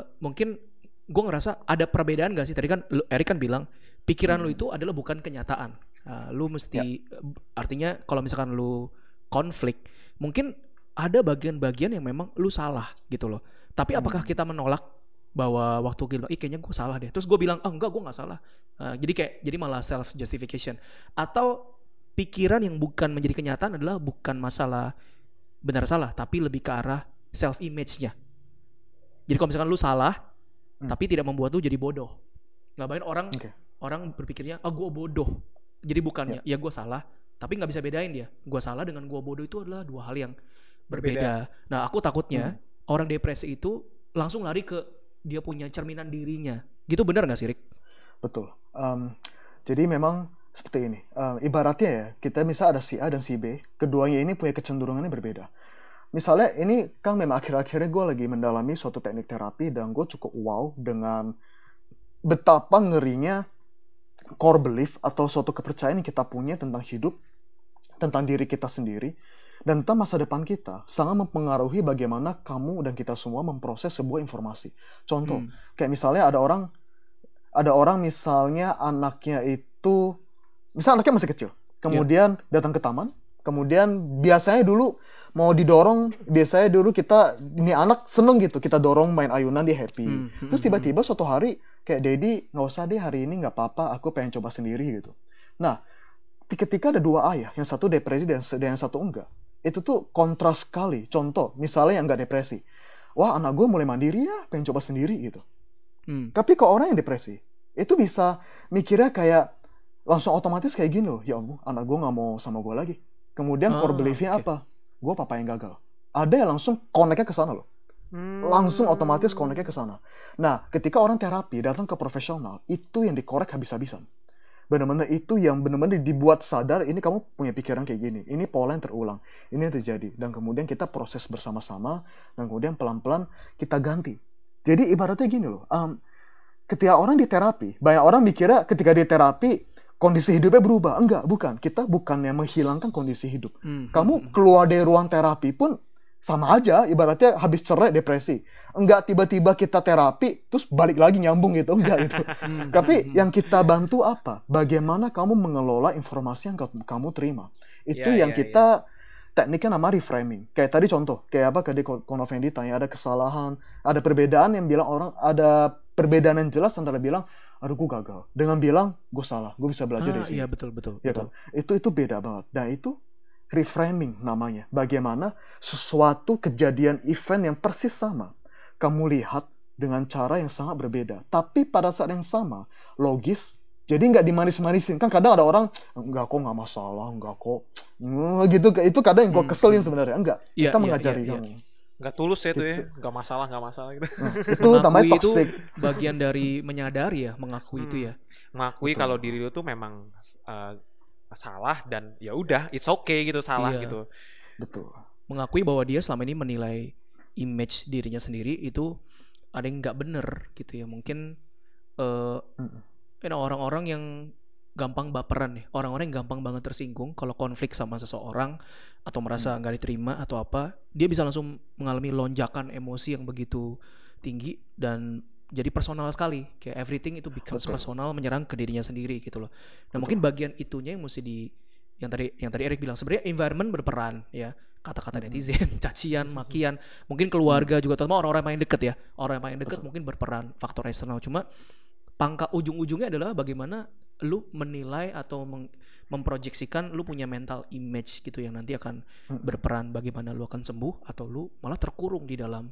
gue ngerasa ada perbedaan gak sih? Tadi kan Erik kan bilang pikiran lu itu adalah bukan kenyataan. Lu mesti artinya kalau misalkan lu konflik, mungkin ada bagian-bagian yang memang lu salah gitu loh. Tapi apakah kita menolak bahwa waktu gitu, kayaknya gue salah deh. Terus gue bilang, enggak, gue nggak salah. Jadi malah self justification. Atau pikiran yang bukan menjadi kenyataan adalah bukan masalah benar salah, tapi lebih ke arah self image-nya. Jadi kalau misalkan lu salah, tapi tidak membuat lu jadi bodoh. Nggak banyak orang berpikirnya, gue bodoh. Jadi bukannya, ya gue salah, tapi nggak bisa bedain dia. Gue salah dengan gue bodoh itu adalah 2 hal yang berbeda. Nah, aku takutnya orang depresi itu langsung lari ke dia punya cerminan dirinya. Gitu benar nggak sih, Rick? Betul. Jadi memang seperti ini. Ibaratnya ya, kita misal ada si A dan si B, keduanya ini punya kecenderungannya berbeda. Misalnya ini kan memang akhir-akhirnya gue lagi mendalami suatu teknik terapi dan gue cukup wow dengan betapa ngerinya core belief atau suatu kepercayaan yang kita punya tentang hidup, tentang diri kita sendiri, dan tentang masa depan kita sangat mempengaruhi bagaimana kamu dan kita semua memproses sebuah informasi. Contoh, kayak misalnya ada orang misalnya anaknya itu, misal anaknya masih kecil, kemudian datang ke taman, kemudian biasanya dulu mau didorong, biasanya dulu ini anak seneng gitu, kita dorong main ayunan, dia happy. Terus tiba-tiba suatu hari, kayak Daddy, nggak usah deh hari ini, nggak apa-apa, aku pengen coba sendiri gitu. Nah, ketika ada dua ayah, yang satu depresi dan yang satu enggak, itu tuh kontras sekali. Contoh, misalnya yang nggak depresi, wah anak gue mulai mandiri ya, pengen coba sendiri gitu. Tapi kalau orang yang depresi, itu bisa mikirnya kayak langsung otomatis kayak gini loh, ya ampun, anak gue nggak mau sama gue lagi. Kemudian core belief-nya apa? Gue papa yang gagal. Ada yang langsung connect-nya ke sana loh. Langsung otomatis connect-nya ke sana. Nah, ketika orang terapi datang ke profesional, itu yang dikorek habis-habisan. Benar-benar itu yang benar-benar dibuat sadar, ini kamu punya pikiran kayak gini, ini pola yang terulang, ini yang terjadi. Dan kemudian kita proses bersama-sama, dan kemudian pelan-pelan kita ganti. Jadi ibaratnya gini loh, ketika orang di terapi, banyak orang mikirnya ketika di terapi, kondisi hidupnya berubah. Enggak, bukan. Kita bukannya menghilangkan kondisi hidup. Kamu keluar dari ruang terapi pun sama aja, ibaratnya habis cerai, depresi. Enggak tiba-tiba kita terapi, terus balik lagi nyambung gitu. Enggak gitu. Tapi yang kita bantu apa? Bagaimana kamu mengelola informasi yang kamu terima. Itu kita tekniknya nama reframing. Kayak tadi contoh, kayak apa? Kayak Konofendi tanya, ada kesalahan, ada perbedaan yang bilang orang, ada perbedaan yang jelas antara bilang, aduh gue gagal, dengan bilang gue salah, gue bisa belajar dari sini. Iya betul. Ya kan? Itu beda banget. Nah itu reframing namanya. Bagaimana sesuatu kejadian event yang persis sama, kamu lihat dengan cara yang sangat berbeda. Tapi pada saat yang sama, logis. Jadi nggak dimanis-manisin. Kan kadang ada orang, enggak kok nggak masalah, enggak kok. Gitu. Itu kadang yang gue keselin sebenarnya. Enggak. Kita mengajari kamu. Nggak tulus ya itu ya, nggak masalah gitu. Itu namanya toxic. Itu bagian dari menyadari ya, mengakui itu ya. Mengakui kalau diri lu tuh memang salah dan ya udah, it's okay gitu, salah gitu. Betul. Mengakui bahwa dia selama ini menilai image dirinya sendiri itu ada yang nggak bener gitu ya. Mungkin orang-orang yang gampang baperan nih, orang-orang yang gampang banget tersinggung kalau konflik sama seseorang atau merasa nggak diterima atau apa, dia bisa langsung mengalami lonjakan emosi yang begitu tinggi dan jadi personal sekali, kayak everything itu becomes personal, menyerang ke dirinya sendiri gitu loh. Nah mungkin bagian itunya yang mesti yang tadi Erik bilang, sebenarnya environment berperan ya, kata-kata netizen, cacian, makian, mungkin keluarga juga, terutama orang-orang yang paling deket ya, orang yang paling deket mungkin berperan, faktor eksternal. Cuma pangkal ujung-ujungnya adalah bagaimana lu menilai atau memproyeksikan lu punya mental image gitu yang nanti akan berperan bagaimana lu akan sembuh atau lu malah terkurung di dalam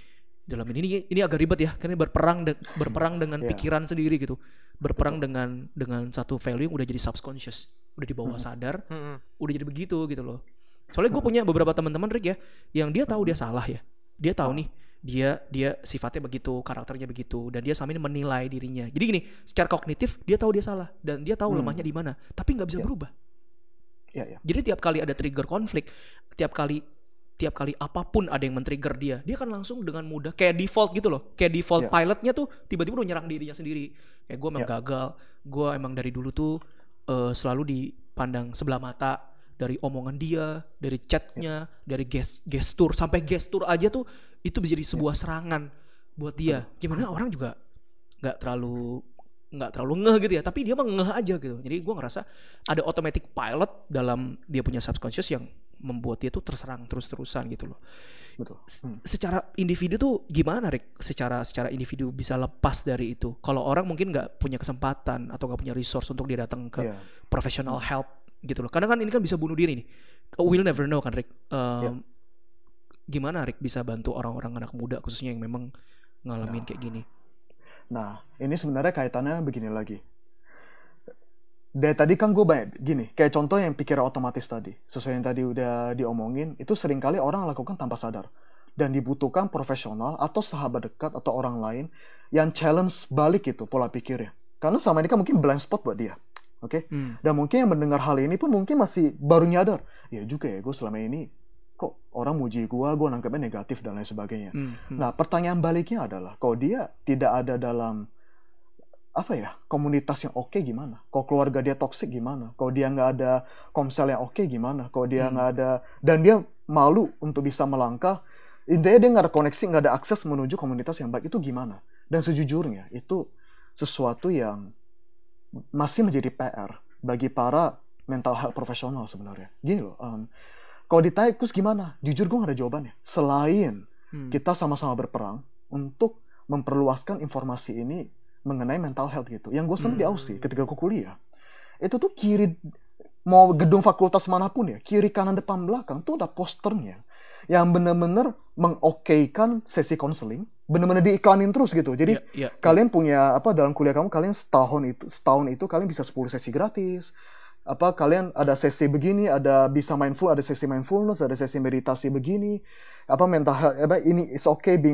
ini agak ribet ya, karena berperang dengan pikiran sendiri gitu, berperang dengan satu value yang udah jadi subconscious, udah di bawah sadar, udah jadi begitu gitu loh. Soalnya gue punya beberapa teman-teman Rick ya, yang dia tahu dia salah ya, dia tahu nih dia sifatnya begitu, karakternya begitu, dan dia sama ini menilai dirinya. Jadi gini, secara kognitif dia tahu dia salah dan dia tahu lemahnya di mana, tapi nggak bisa berubah. Jadi tiap kali ada trigger konflik, tiap kali apapun ada yang men-trigger dia akan langsung dengan mudah kayak default gitu loh, kayak default pilotnya tuh tiba-tiba udah nyerang dirinya sendiri. Kayak gue emang gagal, gue emang dari dulu tuh selalu dipandang sebelah mata, dari omongan dia, dari chatnya, dari gestur, sampai gestur aja tuh itu bisa jadi sebuah serangan buat dia. Gimana orang juga nggak terlalu ngeh gitu ya, tapi dia mah ngeh aja gitu. Jadi gue ngerasa ada automatic pilot dalam dia punya subconscious yang membuat dia tuh terserang terus-terusan gitu loh. Betul. Secara individu tuh gimana Rick? Secara individu bisa lepas dari itu. Kalau orang mungkin nggak punya kesempatan atau nggak punya resource untuk dia datang ke professional help gitu loh. Karena kan ini kan bisa bunuh diri nih. We'll never know kan Rick. Gimana Rick bisa bantu orang-orang anak muda khususnya yang memang ngalamin kayak gini? Nah, ini sebenarnya kaitannya begini lagi. Dari tadi kan gue banyak gini, kayak contoh yang pikiran otomatis tadi, sesuai yang tadi udah diomongin, itu seringkali orang lakukan tanpa sadar. Dan dibutuhkan profesional atau sahabat dekat atau orang lain yang challenge balik itu pola pikirnya. Karena selama ini kan mungkin blind spot buat dia. Oke? Dan mungkin yang mendengar hal ini pun mungkin masih baru nyadar, ya juga ya, gue selama ini kok orang muji gue nangkepnya negatif dan lain sebagainya. Nah, pertanyaan baliknya adalah, kalau dia tidak ada dalam komunitas yang oke gimana? Kalau keluarga dia toksik gimana? Kalau dia nggak ada komsel yang oke gimana? Kalau dia nggak ada, dan dia malu untuk bisa melangkah, intinya dia nggak ada koneksi, nggak ada akses menuju komunitas yang baik, itu gimana? Dan sejujurnya itu sesuatu yang masih menjadi PR bagi para mental health profesional sebenarnya. Gini loh, kalau ditanya terus gimana? Jujur gue gak ada jawabannya. Selain kita sama-sama berperang untuk memperluaskan informasi ini mengenai mental health gitu. Yang gue senang di Aussie ketika gue kuliah, itu tuh kiri, mau gedung fakultas manapun ya, kiri kanan depan belakang tuh ada posternya yang benar-benar mengokeikan sesi konseling, benar-benar diiklanin terus gitu. Jadi kalian punya dalam kuliah kamu, kalian setahun itu kalian bisa 10 sesi gratis. Kalian ada sesi begini, ada bisa mindful, ada sesi mindfulness, ada sesi meditasi begini. Mental health, ini it's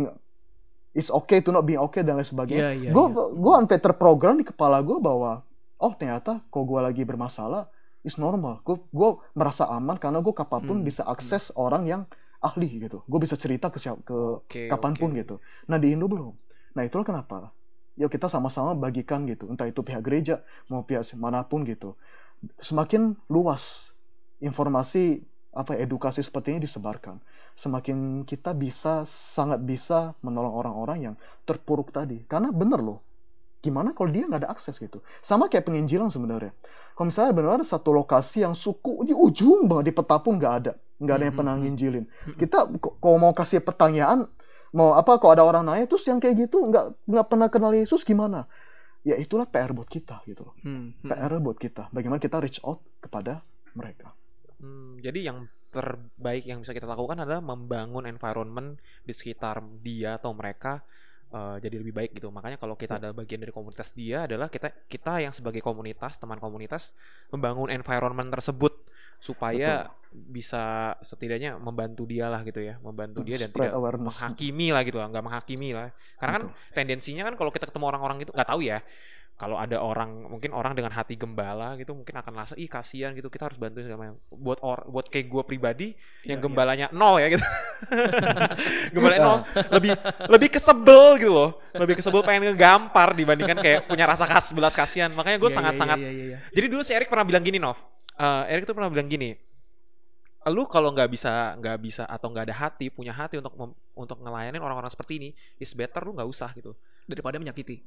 okay to not being okay dan lain sebagainya. Gue sampai terprogram di kepala gue bahwa ternyata kalau gue lagi bermasalah it's normal. Gue merasa aman karena gue kapanpun bisa akses orang yang ahli gitu. Gue bisa cerita ke kapanpun gitu. Nah, di Indo belum. Nah, itulah kenapa yuk kita sama-sama bagikan gitu. Entah itu pihak gereja mau pihak manapun gitu. Semakin luas informasi edukasi seperti ini disebarkan, semakin kita sangat bisa menolong orang-orang yang terpuruk tadi. Karena bener loh, gimana kalau dia nggak ada akses gitu. Sama kayak penginjilan sebenarnya. Kalau misalnya benar satu lokasi yang suku di ujung banget, di peta pun nggak ada yang pernah nginjilin. Kita kalau mau kasih pertanyaan, kalau ada orang nanya terus yang kayak gitu nggak pernah kenal Yesus gimana? Ya itulah PR buat kita gitu loh. PR buat kita. Bagaimana kita reach out kepada mereka. Jadi yang terbaik yang bisa kita lakukan adalah membangun environment di sekitar dia atau mereka jadi lebih baik gitu. Makanya kalau kita ada bagian dari komunitas dia, adalah kita yang sebagai komunitas, teman komunitas, membangun environment tersebut supaya bisa setidaknya membantu dia lah gitu ya, membantu dia dan tidak menghakimi lah gitu lah, nggak menghakimi lah. Karena kan tendensinya kan kalau kita ketemu orang-orang itu, nggak tahu ya, kalau ada mungkin orang dengan hati gembala gitu mungkin akan merasa kasihan gitu, kita harus bantuin segala macam. Buat kayak gue pribadi yang gembalanya nol ya gitu. Gembalanya nol, lebih kesebel gitu loh. Lebih kesebel pengen ngegampar dibandingkan kayak punya rasa belas kasihan. Makanya gue sangat-sangat. Jadi dulu si Eric pernah bilang gini, Nov. Eric tuh pernah bilang gini. Lu kalau nggak bisa atau nggak ada hati, punya hati untuk ngelayanin orang-orang seperti ini, is better lu nggak usah gitu daripada menyakiti.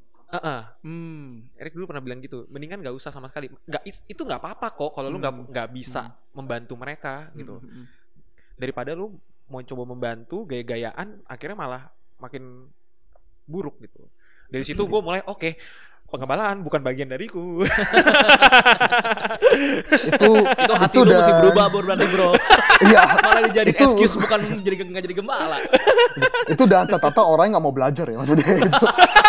Eric dulu pernah bilang gitu, mendingan nggak usah sama sekali. Itu nggak apa-apa kok kalau lu nggak bisa membantu mereka gitu. Daripada lu mau coba membantu gaya-gayaan, akhirnya malah makin buruk gitu. Dari situ gue mulai pengembalaan bukan bagian dariku. itu hati lu mesti berubah berarti bro. Iya. Malah dijadiin excuse, bukan nggak jadi gembala. Itu dan catatan orang yang nggak mau belajar ya maksudnya itu.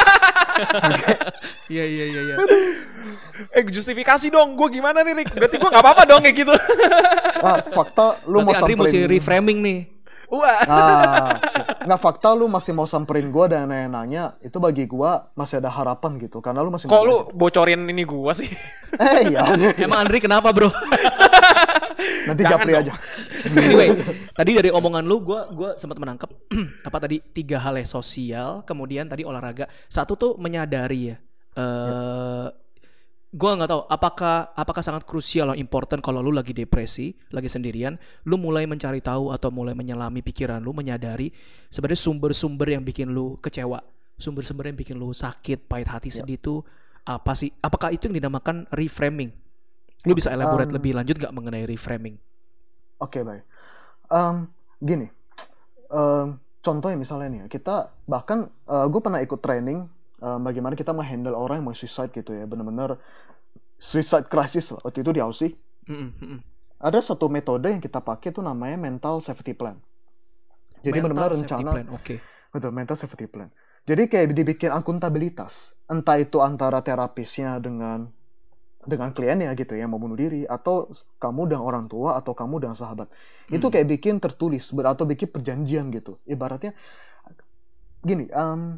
Iya. Justifikasi dong, gue gimana nih Rick? Berarti gue nggak apa-apa dong kayak gitu. Fakta lu berarti mau samperin. mesti reframing nih. Wah. Nggak, fakta lu masih mau samperin gue dan nanya, itu bagi gue masih ada harapan gitu, karena lu masih. Kok lu bocorin ini gue sih? Iya. Emang Andri kenapa bro? Nanti japri aja. Anyway, tadi dari omongan lu gue sempat menangkap tadi 3 hal ya, sosial, kemudian tadi olahraga, satu tuh menyadari ya. Gue nggak tahu apakah sangat krusial atau important kalau lu lagi depresi, lagi sendirian, lu mulai mencari tahu atau mulai menyelami pikiran lu, menyadari sebenarnya sumber-sumber yang bikin lu kecewa, sumber-sumber yang bikin lu sakit, pahit hati, sedih itu apa sih? Apakah itu yang dinamakan reframing? Lu bisa elaborate lebih lanjut nggak mengenai reframing? Oke, baik. Gini, contohnya misalnya nih, kita bahkan gue pernah ikut training bagaimana kita menghandle orang yang mau suicide gitu ya, benar-benar suicide crisis lah. Waktu itu di Aussie. Ada satu metode yang kita pakai tuh namanya mental safety plan. Jadi benar-benar rencana. Betul, mental safety plan. Jadi kayak dibikin akuntabilitas, entah itu antara terapisnya dengan kliennya gitu ya, mau bunuh diri, atau kamu dengan orang tua, atau kamu dengan sahabat. Itu kayak bikin tertulis atau bikin perjanjian gitu. Ibaratnya gini,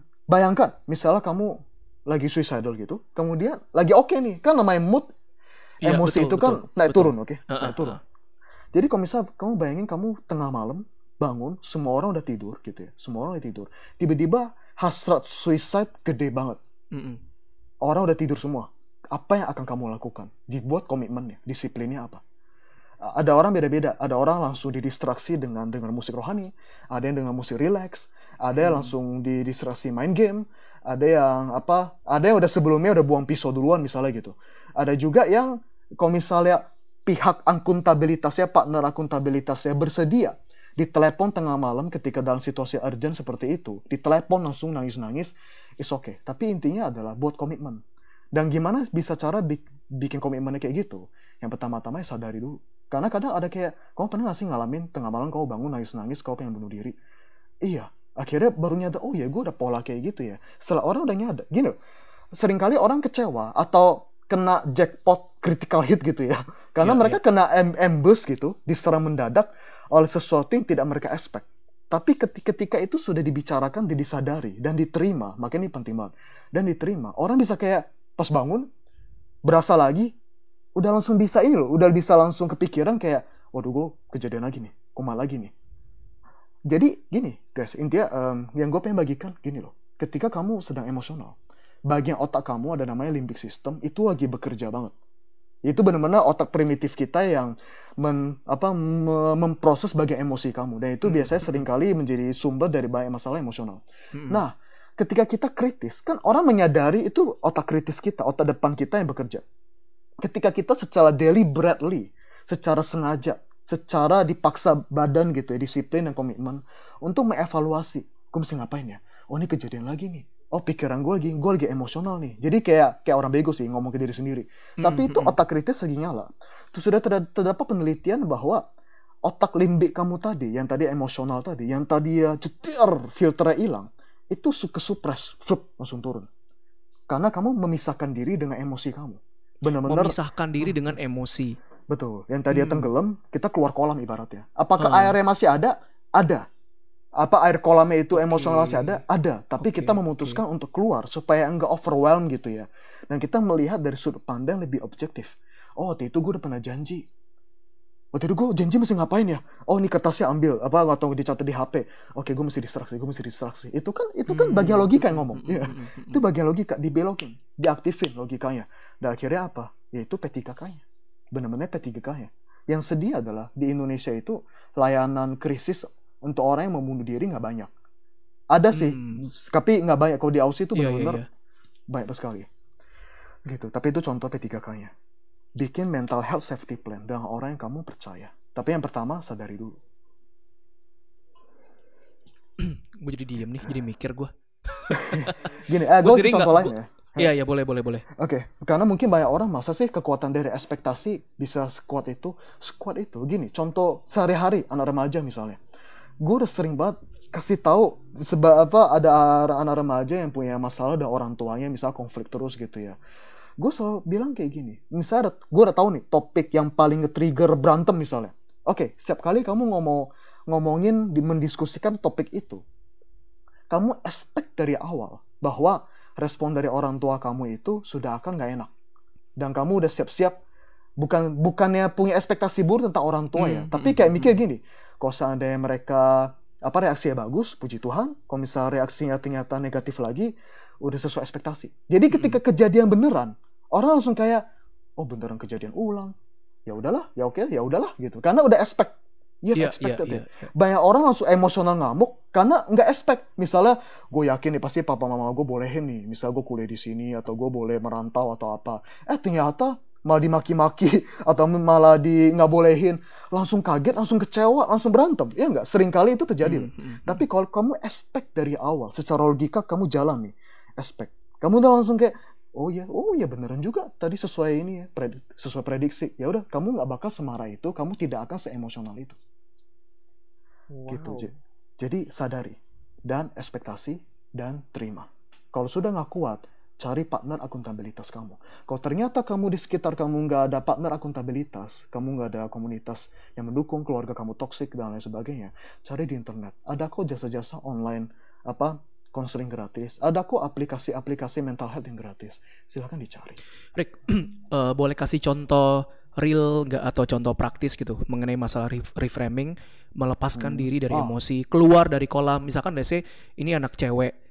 bayangkan misalnya kamu lagi suicidal gitu, kemudian lagi oke nih, kan namanya mood Iya, Emosi betul, itu kan betul, naik betul. turun, oke? Heeh, Naik turun. heeh. Jadi kalau misal kamu bayangin kamu tengah malam bangun, semua orang udah tidur gitu ya. Semua orang udah tidur. Tiba-tiba hasrat suicide gede banget. Mm-mm. Orang udah tidur semua. Apa yang akan kamu lakukan? Dibuat komitmennya, disiplinnya apa? Ada orang beda-beda. Ada orang langsung didistraksi dengan dengar musik rohani, ada yang dengan musik relax, ada yang langsung didistraksi main game, ada yang apa? Ada yang udah sebelumnya udah buang pisau duluan misalnya gitu. Ada juga yang kalau misalnya pihak akuntabilitasnya, partner akuntabilitasnya bersedia ditelepon tengah malam ketika dalam situasi urgent seperti itu, ditelepon langsung nangis-nangis, is okay. Tapi intinya adalah buat komitmen. Dan gimana bisa cara bikin komitmennya kayak gitu? Yang pertama-tama ya sadari dulu. Karena kadang ada kayak, kamu pernah gak sih ngalamin tengah malam kamu bangun nangis-nangis, kamu pengen bunuh diri? Iya, akhirnya baru nyadar, oh ya gue udah pola kayak gitu ya. Setelah orang udah nyadar, gini loh, seringkali orang kecewa atau kena jackpot critical hit gitu ya. Karena Iya, mereka iya. kena ambush gitu, diserang mendadak oleh sesuatu yang tidak mereka expect. Tapi ketika itu sudah dibicarakan, disadari, dan diterima, makanya ini penting banget. Dan diterima, orang bisa kayak pas bangun, berasa lagi, udah langsung bisa ini loh, udah bisa langsung kepikiran kayak, waduh gue kejadian lagi nih, kumat lagi nih. Jadi gini guys, intinya yang gue pengen bagikan gini loh, ketika kamu sedang emosional, bagian otak kamu ada namanya limbic system itu lagi bekerja banget. Itu benar-benar otak primitif kita yang memproses bagian emosi kamu, dan itu biasanya seringkali menjadi sumber dari banyak masalah emosional. Nah, ketika kita kritis, kan orang menyadari itu otak kritis kita, otak depan kita yang bekerja. Ketika kita secara deliberately, secara sengaja, secara dipaksa badan gitu ya, disiplin dan komitmen untuk mengevaluasi, gue mesti ngapain ya? Oh ini kejadian lagi nih. Oh pikiran gue lagi emosional nih. Jadi kayak orang bego sih ngomong ke diri sendiri. Tapi itu otak kritis lagi nyala. Terus sudah terdapat penelitian bahwa otak limbik kamu tadi, yang tadi emosional tadi, yang tadi ya cetir filternya hilang, itu suppress, flup, langsung turun. Karena kamu memisahkan diri dengan emosi kamu. Benar-benar Memisahkan diri dengan emosi. betul. Yang tadi tenggelam, kita keluar kolam ibaratnya. Apakah airnya masih ada? Ada. Apa air kolamnya itu emosional masih ada? Ada. Tapi kita memutuskan untuk keluar supaya enggak overwhelm gitu ya. Dan kita melihat dari sudut pandang lebih objektif. Oh, waktu itu gue udah pernah janji. Waktu itu gue janji mesti ngapain ya? Oh, ini kertasnya ambil. Apa nggak tahu dicatat di HP. Oke, gue mesti distraksi. Itu kan bagian logika yang ngomong. Iya. Itu bagian logika, dibelokin, diaktifin logikanya. Dan akhirnya apa? Yaitu P3K-nya. Benar-benar P3K-nya. Yang sedih adalah di Indonesia itu layanan krisis untuk orang yang mau bunuh diri nggak banyak. Ada sih, tapi nggak banyak. Kalau di Aussie itu benar-benar banyak sekali. Gitu. Tapi itu contoh P3K-nya. Bikin mental health safety plan dengan orang yang kamu percaya. Tapi yang pertama, sadari dulu. Gue jadi diem nih, jadi mikir gue. Gini, gue kasih contoh lain ya. Iya, boleh. Oke, karena mungkin banyak orang masa sih kekuatan dari ekspektasi bisa sekuat itu. Sekuat itu, gini, contoh sehari-hari anak remaja misalnya. Gue udah sering banget kasih tahu ada anak remaja yang punya masalah dengan orang tuanya, misalnya konflik terus gitu ya. Gue selalu bilang kayak gini, misalnya gue udah tahu nih topik yang paling nge-trigger berantem misalnya. Oke, setiap kali kamu ngomongin mendiskusikan topik itu, kamu expect dari awal bahwa respon dari orang tua kamu itu sudah akan gak enak. Dan kamu udah siap-siap, bukannya punya ekspektasi buruk tentang orang tua ya, tapi kayak mikir gini, kalau seandainya mereka reaksinya bagus, puji Tuhan. Kalau misalnya reaksinya ternyata negatif lagi, udah sesuai ekspektasi. Jadi ketika kejadian beneran, orang langsung kayak, oh beneran kejadian ulang. Ya udahlah, ya oke, ya udahlah gitu. Karena udah expect. Expected ya. Banyak orang langsung emosional ngamuk karena nggak expect. Misalnya, gue yakin nih pasti papa mama gue bolehin nih. Misalnya gue kuliah di sini atau gue boleh merantau atau apa. Ternyata malah dimaki-maki atau malah nggak bolehin. Langsung kaget, langsung kecewa, langsung berantem. Ya nggak? Seringkali itu terjadi. Tapi kalau kamu expect dari awal, secara logika kamu jalan nih. Expect. Kamu udah langsung kayak, oh ya beneran juga tadi sesuai ini ya, sesuai prediksi. Ya udah, kamu nggak bakal semarah itu, kamu tidak akan seemosional itu. Wow. Gitu. Jadi sadari dan ekspektasi dan terima. Kalau sudah nggak kuat, cari partner akuntabilitas kamu. Kalau ternyata kamu di sekitar kamu nggak ada partner akuntabilitas, kamu nggak ada komunitas yang mendukung, keluarga kamu toksik dan lain sebagainya, cari di internet. Ada kok jasa-jasa online konseling gratis, ada kok aplikasi-aplikasi mental health yang gratis. Silahkan dicari. Rick, boleh kasih contoh real nggak atau contoh praktis gitu mengenai masalah reframing, melepaskan diri dari emosi, keluar dari kolam. Misalkan let's say ini anak cewek,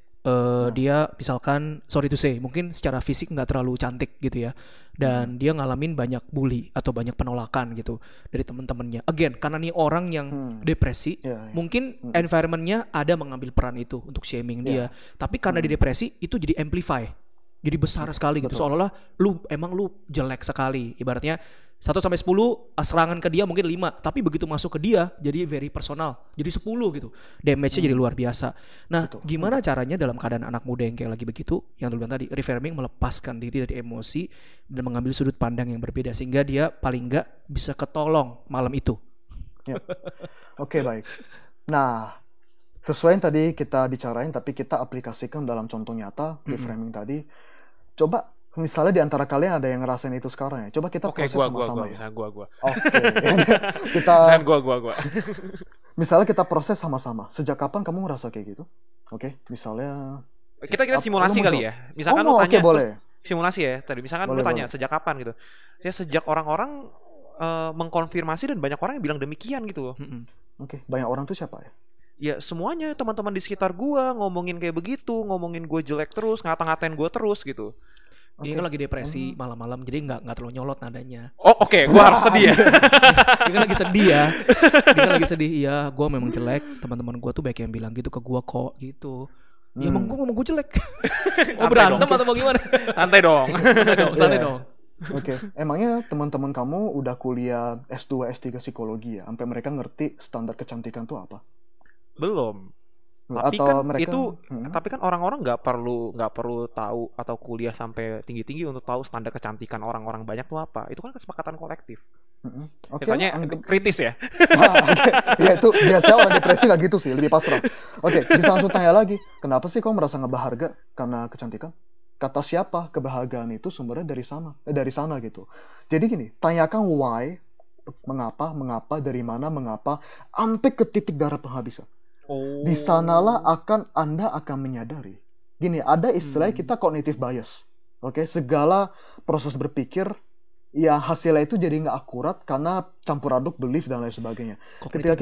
dia misalkan sorry to say mungkin secara fisik nggak terlalu cantik gitu ya, dan dia ngalamin banyak bully atau banyak penolakan gitu dari teman-temannya. Again karena nih orang yang depresi, mungkin environmentnya ada mengambil peran itu untuk shaming dia, tapi karena dia depresi itu jadi amplify, jadi besar sekali gitu. Seolah-olah lu jelek sekali. Ibaratnya 1-10 serangan ke dia mungkin 5, tapi begitu masuk ke dia jadi very personal, jadi 10 gitu. Damage-nya jadi luar biasa. Nah, gimana caranya dalam keadaan anak muda yang kayak lagi begitu, yang lu bilang tadi, reframing, melepaskan diri dari emosi dan mengambil sudut pandang yang berbeda sehingga dia paling enggak bisa ketolong malam itu. Ya. Oke, baik. Nah, sesuai yang tadi kita bicarain tapi kita aplikasikan dalam contoh nyata reframing tadi. Coba misalnya di antara kalian ada yang ngerasain itu sekarang ya. Coba kita proses sama-sama ya. Gua. Oke. Kita Jangan gua. misalnya kita proses sama-sama. Sejak kapan kamu ngerasa kayak gitu? Oke, misalnya Kita simulasi kali ya. Misalkan lu oke, tanya boleh. simulasi ya. Tadi misalkan lu tanya sejak kapan gitu. Ya sejak orang-orang mengkonfirmasi dan banyak orang yang bilang demikian gitu loh. Oke, banyak orang tuh siapa ya? Ya semuanya teman-teman di sekitar gua ngomongin kayak begitu, ngomongin gue jelek terus, ngata-ngatain gue terus gitu. Ini kan lagi depresi malam-malam, jadi nggak terlalu nyolot nadanya. Oh oke, gue harus sedih ya. Dia kan lagi sedih ya. Dia kan lagi sedih. Iya, gue memang jelek. Teman-teman gue tuh banyak yang bilang gitu ke gue kok gitu. Ya emang gue ngomong gue jelek. Mau berantem atau mau gimana? Santai dong. Santai dong. Oke, emangnya teman-teman kamu udah kuliah S2, S3 psikologi ya? Sampai mereka ngerti standar kecantikan tuh apa? Belum. Atau Tapi kan mereka, tapi kan orang-orang nggak perlu tahu atau kuliah sampai tinggi-tinggi untuk tahu standar kecantikan orang-orang banyak tuh apa. Itu kan kesepakatan kolektif. Oke, Makanya kritis ya. Ya itu biasanya orang depresi nggak gitu sih, lebih pasrah. Oke, bisa langsung tanya lagi, kenapa sih kau merasa nggak berharga karena kecantikan? Kata siapa kebahagiaan itu sumbernya dari sana gitu. Jadi gini, tanyakan why, mengapa, dari mana, mengapa, sampai ke titik darah penghabisan. Di sanalah Anda akan menyadari. Gini, ada istilah kita cognitive bias. Oke, segala proses berpikir ya hasilnya itu jadi nggak akurat karena campur aduk belief dan lain sebagainya. Ketika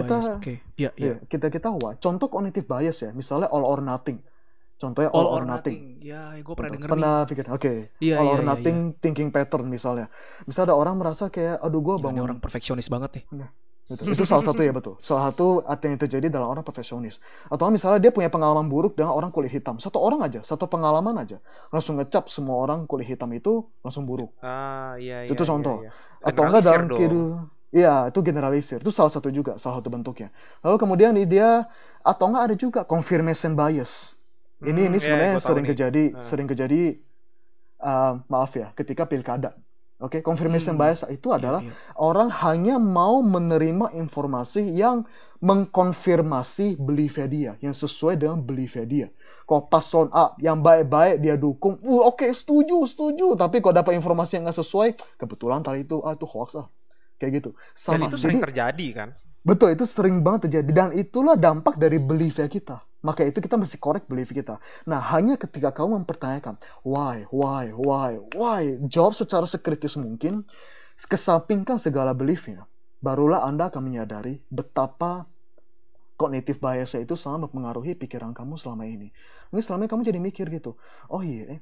kita contoh cognitive bias ya, misalnya all or nothing. Contohnya all or nothing. Ya, gue pernah denger Pernah pikir, all or nothing thinking pattern misalnya. Misalnya ada orang merasa kayak, aduh gue bangun. Ini orang perfeksionis banget nih. Itu salah satu ya, betul. Salah satu yang terjadi dalam orang perfeksionis. Atau misalnya dia punya pengalaman buruk dengan orang kulit hitam. Satu pengalaman aja. Langsung ngecap semua orang kulit hitam itu langsung buruk. Itu contoh. Iya. Atau enggak dalam kehidupan. Iya, itu generalisir. Itu salah satu bentuknya. Lalu kemudian atau enggak ada juga confirmation bias. Ini sebenarnya sering kejadi maaf ya, ketika pilkada. Oke, confirmation bias itu adalah orang hanya mau menerima informasi yang mengkonfirmasi beliefnya dia, yang sesuai dengan beliefnya dia. Kalau paslon A yang baik-baik dia dukung, oke, setuju. Tapi kalau dapat informasi yang nggak sesuai, kebetulan tadi itu hoax kayak gitu. Sama. Dan itu sering terjadi kan? Betul, itu sering banget terjadi dan itulah dampak dari beliefnya kita. Maka itu kita mesti correct belief kita. Nah, hanya ketika kamu mempertanyakan why, jawab secara sekritis mungkin, kesampingkan segala beliefnya, barulah Anda akan menyadari betapa cognitive bias itu sangat mempengaruhi pikiran kamu selama ini. Mungkin selama ini kamu jadi mikir gitu, oh iya,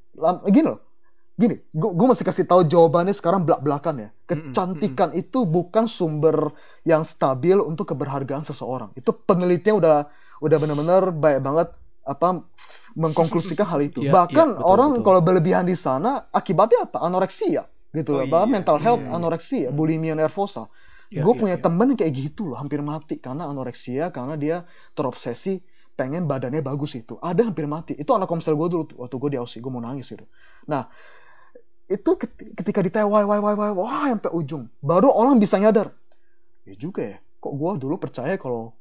Gini, gue masih kasih tahu jawabannya sekarang belak-belakan ya. Kecantikan itu bukan sumber yang stabil untuk keberhargaan seseorang. Itu penelitian udah benar-benar baik banget mengkonklusikan hal itu. Bahkan betul. Kalau berlebihan di sana akibatnya apa? Anoreksia gitu loh. Mental health anoreksia, bulimia nervosa. Gue punya temen kayak gitu loh, hampir mati karena anoreksia, karena dia terobsesi pengen badannya bagus itu. Ada hampir mati. Itu anak komsel gue dulu waktu gue di Aussie, gue mau nangis gitu. Nah, itu ketika ditanya why sampai ujung, baru orang bisa nyadar. Ya juga ya, kok gue dulu percaya kalau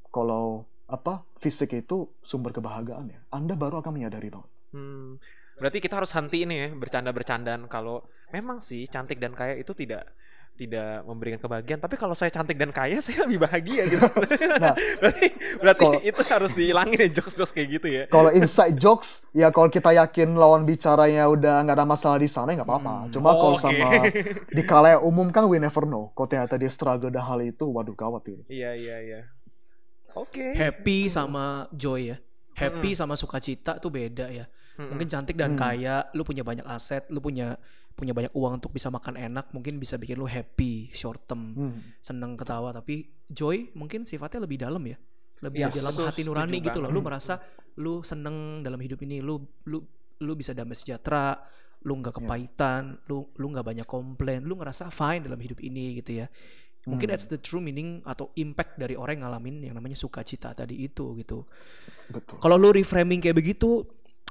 fisik itu sumber kebahagiaan ya. Anda baru akan menyadari banget. Berarti kita harus henti ini ya, bercanda-bercandaan kalau memang sih cantik dan kaya itu tidak tidak memberikan kebahagiaan. Tapi kalau saya cantik dan kaya, saya lebih bahagia gitu. Nah, berarti kalau itu harus dihilangin ya jokes-jokes kayak gitu ya. kalau inside jokes, ya kalau kita yakin lawan bicaranya udah nggak ada masalah di sana, nggak apa-apa. Cuma kalau Oke. sama di kalayak umum kan we never know. Kalau ternyata dia struggle dan hal itu, waduh gawat ini. Iya. Oke. Happy sama joy ya. Happy sama sukacita tuh beda ya. Mungkin cantik dan kaya, lu punya banyak aset, lu punya banyak uang untuk bisa makan enak, mungkin bisa bikin lu happy short term, seneng ketawa. Tapi joy mungkin sifatnya lebih dalam ya, lebih Yes, dalam betul, hati setuju nurani gitu loh. banget. Lu merasa lu seneng dalam hidup ini, lu bisa damai sejahtera, lu nggak kepahitan, lu nggak banyak komplain, lu ngerasa fine dalam hidup ini gitu ya. Mungkin that's the true meaning atau impact dari orang yang ngalamin yang namanya sukacita tadi itu gitu. Betul. Kalau lu reframing kayak begitu,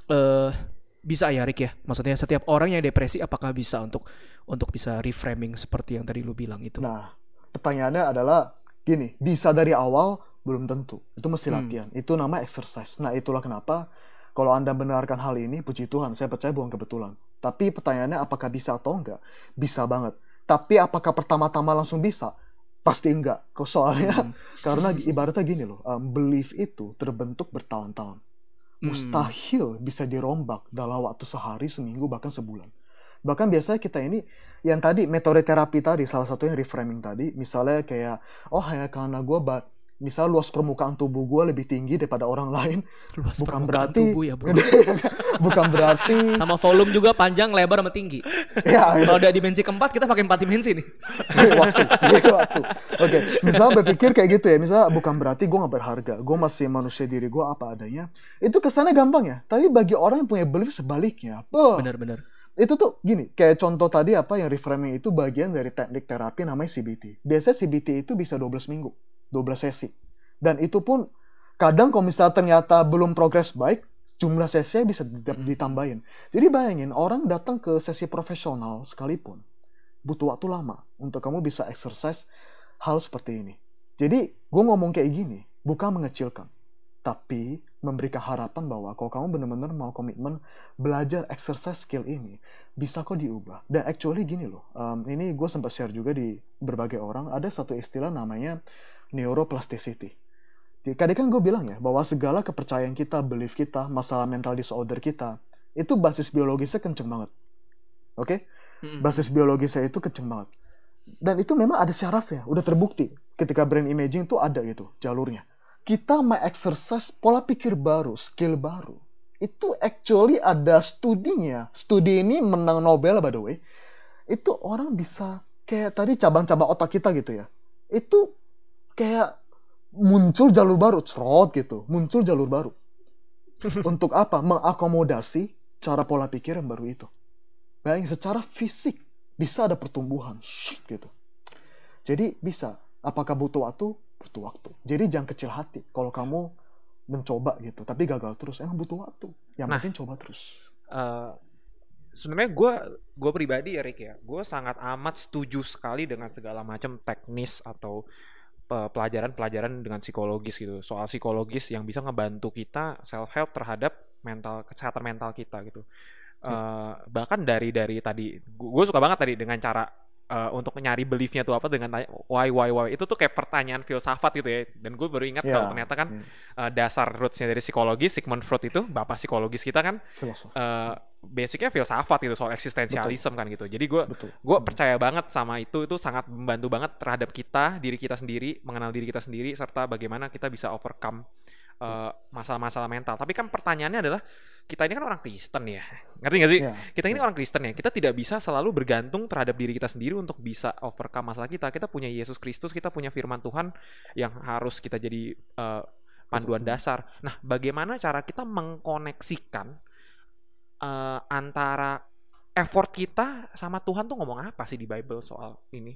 bisa ya Rick ya? Maksudnya setiap orang yang depresi apakah bisa untuk bisa reframing seperti yang tadi lu bilang itu? Nah, pertanyaannya adalah gini, bisa dari awal belum tentu. Itu mesti latihan. Itu nama exercise. Nah, itulah kenapa kalau Anda mendengarkan hal ini, puji Tuhan, saya percaya bukan kebetulan. Tapi pertanyaannya apakah bisa atau enggak? Bisa banget. Tapi apakah pertama-tama langsung bisa? Pasti enggak. Soalnya karena ibaratnya gini loh, belief itu terbentuk bertahun-tahun. Mustahil bisa dirombak dalam waktu sehari, seminggu, bahkan sebulan. Bahkan biasanya kita ini, yang tadi metode terapi tadi, salah satunya reframing tadi, misalnya kayak, oh ya karena gue, misal luas permukaan tubuh gue lebih tinggi daripada orang lain, Luas bukan permukaan berarti, tubuh ya bro. bukan berarti, Sama volume juga panjang, lebar, sama tinggi. ya, Kalau ada dimensi keempat, kita pakai 4 dimensi nih. waktu. Oke, misalnya berpikir kayak gitu ya, misalnya bukan berarti gue gak berharga, gue masih manusia, diri gue apa adanya, itu kesannya gampang ya, tapi bagi orang yang punya belief sebaliknya, Bener-bener. itu tuh gini, kayak contoh tadi apa yang reframing itu bagian dari teknik terapi namanya CBT. Biasanya CBT itu bisa 12 minggu, 12 sesi. Dan itu pun kadang kalau misalnya ternyata belum progres baik, jumlah sesinya bisa ditambahin. Jadi bayangin, orang datang ke sesi profesional sekalipun, butuh waktu lama untuk kamu bisa exercise hal seperti ini. Jadi gue ngomong kayak gini, bukan mengecilkan, tapi memberikan harapan bahwa kalau kamu benar-benar mau komitmen belajar exercise skill ini, bisa kok diubah. Dan actually gini loh, ini gue sempat share juga di berbagai orang, ada satu istilah namanya neuroplasticity. Jadi tadi kan gue bilang ya, bahwa segala kepercayaan kita, belief kita, masalah mental disorder kita, itu basis biologisnya kenceng banget. Oke? Basis biologisnya itu kenceng banget. Dan itu memang ada syarafnya, udah terbukti. Ketika brain imaging tuh ada gitu, jalurnya. Kita exercise pola pikir baru, skill baru. Itu actually ada studinya. Studi ini menang Nobel by the way. Itu orang bisa kayak tadi cabang-cabang otak kita gitu ya. Itu kayak muncul jalur baru, cerot gitu. Muncul jalur baru. Untuk apa? Mengakomodasi cara pola pikir yang baru itu. Bayangin secara fisik bisa ada pertumbuhan gitu. Jadi bisa. Apakah butuh waktu? Butuh waktu. Jadi jangan kecil hati kalau kamu mencoba gitu, tapi gagal terus. Emang butuh waktu. Yang penting coba terus. Sebenarnya gue pribadi ya Rick ya, gue sangat amat setuju sekali dengan segala macam teknis atau pelajaran-pelajaran dengan psikologis gitu, soal psikologis yang bisa ngebantu kita self help terhadap kesehatan mental kita gitu. Bahkan dari tadi gue suka banget tadi dengan cara untuk nyari beliefnya tuh apa, dengan tanya why itu tuh kayak pertanyaan filsafat gitu ya. Dan gue baru ingat kalau ternyata kan dasar rootsnya dari psikologi, Sigmund Freud itu bapak psikologis kita kan, basicnya filsafat gitu, soal eksistensialisme kan gitu. Jadi gue percaya banget sama itu sangat membantu banget terhadap diri kita sendiri, mengenal diri kita sendiri, serta bagaimana kita bisa overcome masalah-masalah mental. Tapi kan pertanyaannya adalah, kita ini kan orang Kristen ya, ngerti gak sih? Kita ini orang Kristen ya, kita tidak bisa selalu bergantung terhadap diri kita sendiri untuk bisa overcome masalah kita. Kita punya Yesus Kristus, kita punya firman Tuhan yang harus kita jadi panduan dasar. Nah, bagaimana cara kita mengkoneksikan antara effort kita sama Tuhan tuh ngomong apa sih di Bible soal ini?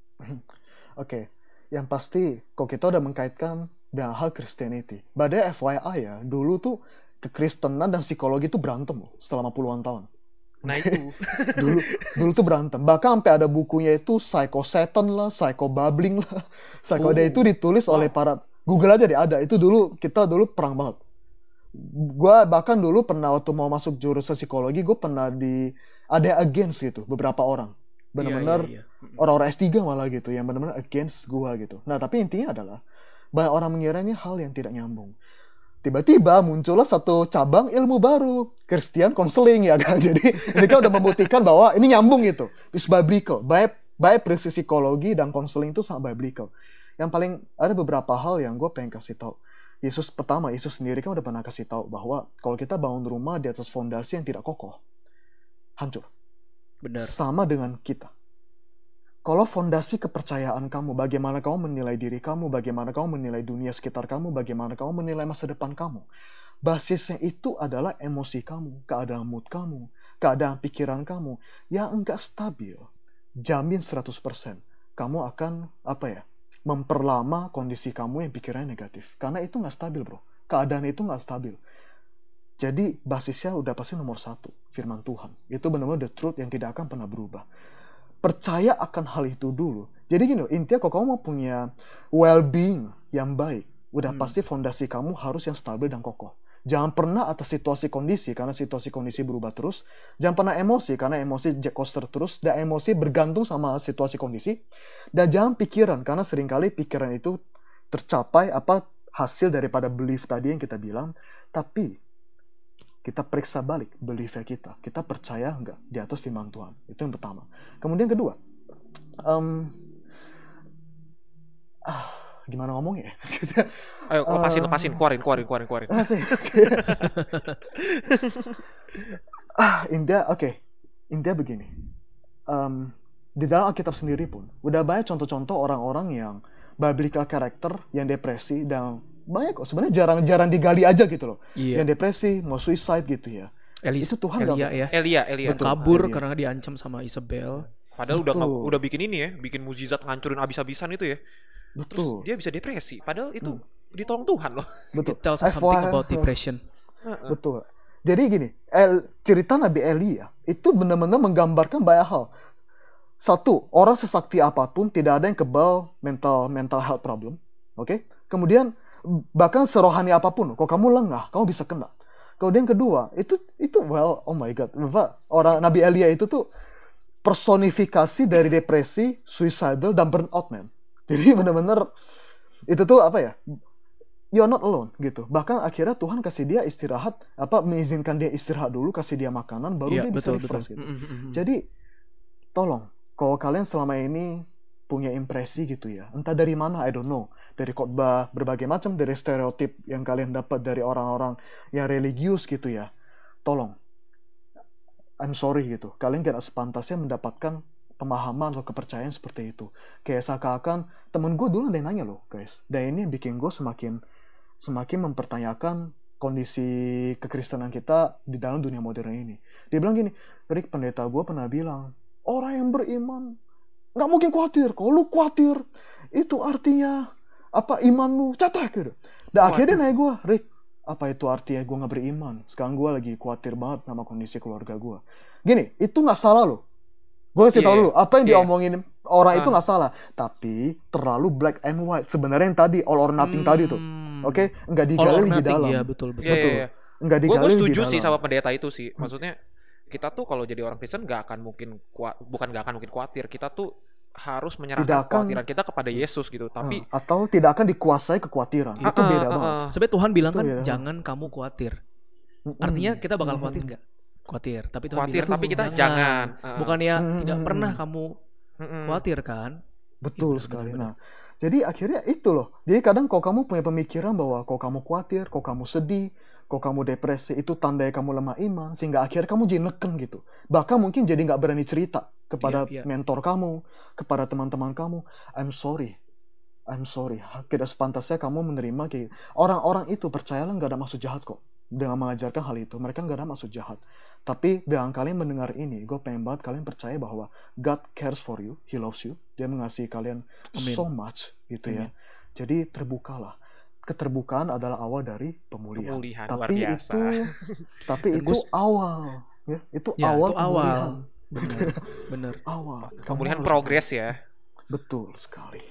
Oke, yang pasti kalau kita udah mengkaitkan dengan hal Christianity, badai FYI ya, dulu tuh kekristenan dan psikologi itu berantem loh selama puluhan tahun. Nah itu dulu tuh berantem. Bahkan sampai ada bukunya itu Psycho Satan lah, Psycho Bubbling lah. Psycho Day itu ditulis oleh para, Google aja deh ada. Itu kita dulu perang banget. Gue bahkan dulu pernah waktu mau masuk jurusan psikologi, gue pernah ada against gitu beberapa orang. benar-benar Iya. orang-orang S3 malah gitu yang benar-benar against gua gitu. Nah, tapi intinya adalah banyak orang mengira ini hal yang tidak nyambung. Tiba-tiba muncullah satu cabang ilmu baru, Christian counseling ya kan. Jadi ini kan udah membuktikan bahwa ini nyambung gitu. It's biblical. Baik psikologi dan counseling itu sangat biblical. Yang paling ada beberapa hal yang gue pengen kasih tahu. Yesus sendiri kan udah pernah kasih tahu bahwa kalau kita bangun rumah di atas fondasi yang tidak kokoh, hancur. Benar. Sama dengan kita. Kalau fondasi kepercayaan kamu, bagaimana kamu menilai diri kamu, bagaimana kamu menilai dunia sekitar kamu, bagaimana kamu menilai masa depan kamu. Basisnya itu adalah emosi kamu, keadaan mood kamu, keadaan pikiran kamu yang enggak stabil. Jamin 100%. Kamu akan, memperlama kondisi kamu yang pikirannya negatif. Karena itu enggak stabil, bro. Keadaan itu enggak stabil. Jadi basisnya udah pasti nomor 1, firman Tuhan. Itu benar-benar the truth yang tidak akan pernah berubah. Percaya akan hal itu dulu. Jadi gini loh, intinya kalau kamu mau punya well-being yang baik, udah pasti fondasi kamu harus yang stabil dan kokoh. Jangan pernah atas situasi kondisi, karena situasi kondisi berubah terus. Jangan pernah emosi, karena emosi jack coaster terus. Dan emosi bergantung sama situasi kondisi. Dan jangan pikiran, karena seringkali pikiran itu tercapai hasil daripada belief tadi yang kita bilang. Tapi kita periksa balik beliefnya kita. Kita percaya enggak di atas firman Tuhan. Itu yang pertama. Kemudian kedua, gimana ngomongnya? Ayo lepasin, keluarin. Intinya begini. Di dalam Alkitab sendiri pun udah banyak contoh-contoh orang-orang yang biblical character yang depresi dan banyak kok sebenarnya jarang digali aja gitu loh. Iya. Yang depresi, mau suicide gitu ya. Itu Tuhan Elia. Betul. Kabur Elia. karena diancam sama Isabel. Padahal Betul. udah bikin ini ya, bikin mukjizat ngancurin abis-abisan itu ya. Terus Betul. dia bisa depresi. Padahal itu ditolong Tuhan loh. Betul. It tells us something about depression. Betul. Jadi gini, cerita Nabi Elia itu benar-benar menggambarkan banyak hal. Satu, orang sesakti apapun tidak ada yang kebal mental health problem. Oke? Kemudian bahkan serohani apapun, kalau kamu lengah, kamu bisa kena. Kemudian kedua, itu well, oh my god, orang Nabi Elia itu tuh personifikasi dari depresi, suicidal dan burnout, man. Jadi benar-benar itu tuh you're not alone gitu. Bahkan akhirnya Tuhan kasih dia istirahat, mengizinkan dia istirahat dulu, kasih dia makanan, baru dia bisa refresh gitu. Jadi tolong, kalau kalian selama ini punya impresi gitu ya, entah dari mana, I don't know, dari khotbah berbagai macam, dari stereotip yang kalian dapat dari orang-orang yang religius gitu ya, tolong, I'm sorry gitu, kalian gak sepantasnya mendapatkan pemahaman atau kepercayaan seperti itu. Kayak seakan-akan temen gue dulu ada yang nanya loh guys, dan ini yang bikin gue semakin mempertanyakan kondisi kekristenan kita di dalam dunia modern ini. Dia bilang gini, Rick, pendeta gue pernah bilang, orang yang beriman nggak mungkin khawatir. Kalau lu khawatir, itu artinya iman lu catat gitu. Dan akhirnya nanya gue, Rick, apa itu artinya gue nggak beriman? Sekarang gue lagi khawatir banget sama kondisi keluarga gue. Gini, itu nggak salah loh. Gue kasih tau dulu, apa yang diomongin orang itu nggak salah. Tapi terlalu black and white. Sebenarnya yang tadi, all or nothing tadi tuh. Oke? Nggak digali lebih dalam. Iya, betul. Iya. Nggak digali Gue lebih setuju dalam. sih sama pendeta itu sih. Maksudnya kita tuh kalau jadi orang Kristen nggak akan mungkin khawatir. Kita tuh harus menyerahkan kekhawatiran kita kepada Yesus gitu. Tapi atau tidak akan dikuasai kekhawatiran. Itu beda banget. Sebenarnya Tuhan bilang kan beda jangan kamu khawatir. Artinya kita bakal khawatir nggak? Khawatir. Tapi Tuhan khawatir, bilang tapi kita jangan. Bukannya tidak pernah kamu khawatir kan? Betul Iya, sekali. benar-benar. Nah, jadi akhirnya itu loh. Jadi kadang kalau kamu punya pemikiran bahwa kalau kamu khawatir, kalau kamu sedih, kalau kamu depresi, itu tandanya kamu lemah iman, sehingga akhirnya kamu jadi neken gitu. Bahkan mungkin jadi nggak berani cerita kepada mentor kamu, kepada teman-teman kamu. I'm sorry. Tidak sepantasnya kamu menerima kayak orang-orang itu, percayalah nggak ada maksud jahat kok dengan mengajarkan hal itu. Mereka nggak ada maksud jahat. Tapi dengan kalian mendengar ini, gue pengen banget kalian percaya bahwa God cares for you, He loves you. Dia mengasihi kalian so much gitu ya. Jadi terbukalah. Keterbukaan adalah awal dari pemulihan. Luar biasa. Itu awal. Ya, itu awal pemulihan. Bener. Awal. Pemulihan progres ya. Betul sekali.